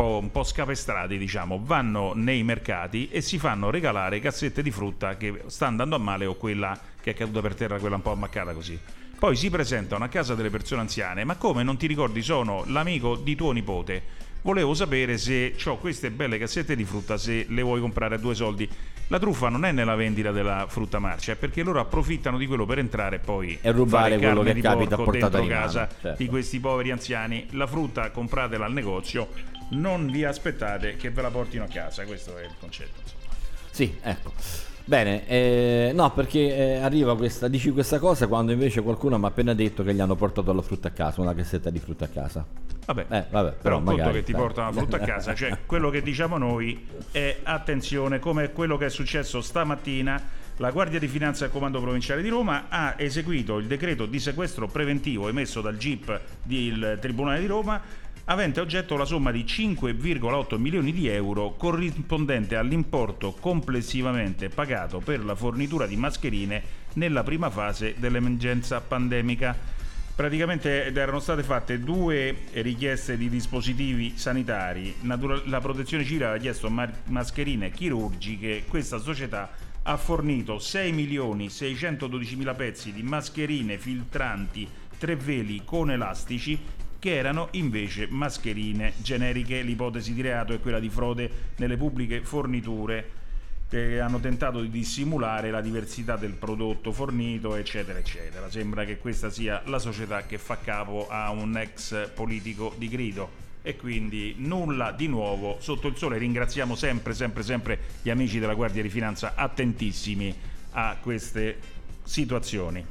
po', un po' scapestrati, diciamo, vanno nei mercati e si fanno regalare cassette di frutta che sta andando a male o quella che è caduta per terra, quella un po' ammaccata così. Poi si presentano a casa delle persone anziane: ma come, non ti ricordi, sono l'amico di tuo nipote, volevo sapere se ho queste belle cassette di frutta, se le vuoi comprare a due soldi. La truffa non è nella vendita della frutta marcia, è perché loro approfittano di quello per entrare e poi e rubare fare quello carne che di capita a porco portata dentro di mano, casa certo. di questi poveri anziani. La frutta compratela al negozio, non vi aspettate che ve la portino a casa, questo è il concetto, insomma. Sì, ecco. Bene, eh, no, perché eh, arriva questa, dici questa cosa quando invece qualcuno mi ha appena detto che gli hanno portato la frutta a casa, una cassetta di frutta a casa. Vabbè, eh, vabbè però, però un conto magari, che ti dai. portano la frutta a casa, cioè quello che diciamo noi è attenzione, come quello che è successo stamattina. La Guardia di Finanza del Comando Provinciale di Roma ha eseguito il decreto di sequestro preventivo emesso dal G I P del Tribunale di Roma, avente a oggetto la somma di cinque virgola otto milioni di euro, corrispondente all'importo complessivamente pagato per la fornitura di mascherine nella prima fase dell'emergenza pandemica. Praticamente erano state fatte due richieste di dispositivi sanitari. Natura- la Protezione Civile aveva chiesto ma- mascherine chirurgiche, questa società ha fornito sei milioni seicentododicimila pezzi di mascherine filtranti tre veli con elastici, che erano invece mascherine generiche. L'ipotesi di reato è quella di frode nelle pubbliche forniture, che hanno tentato di dissimulare la diversità del prodotto fornito, eccetera eccetera. Sembra che questa sia la società che fa capo a un ex politico di grido, e quindi nulla di nuovo sotto il sole. Ringraziamo sempre sempre sempre gli amici della Guardia di Finanza, attentissimi a queste situazioni.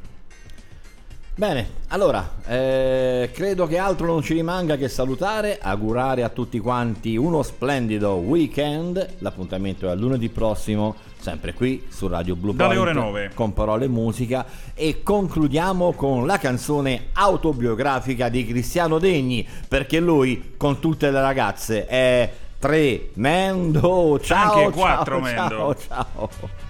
Bene, allora eh, credo che altro non ci rimanga che salutare, augurare a tutti quanti uno splendido weekend. L'appuntamento è a lunedì prossimo, sempre qui su Radio Blue Point, dalle ore nove, con parole e musica, e concludiamo con la canzone autobiografica di Cristiano Degni, perché lui con tutte le ragazze è tremendo. Ciao, anche quattro ciao, mendo. ciao, ciao.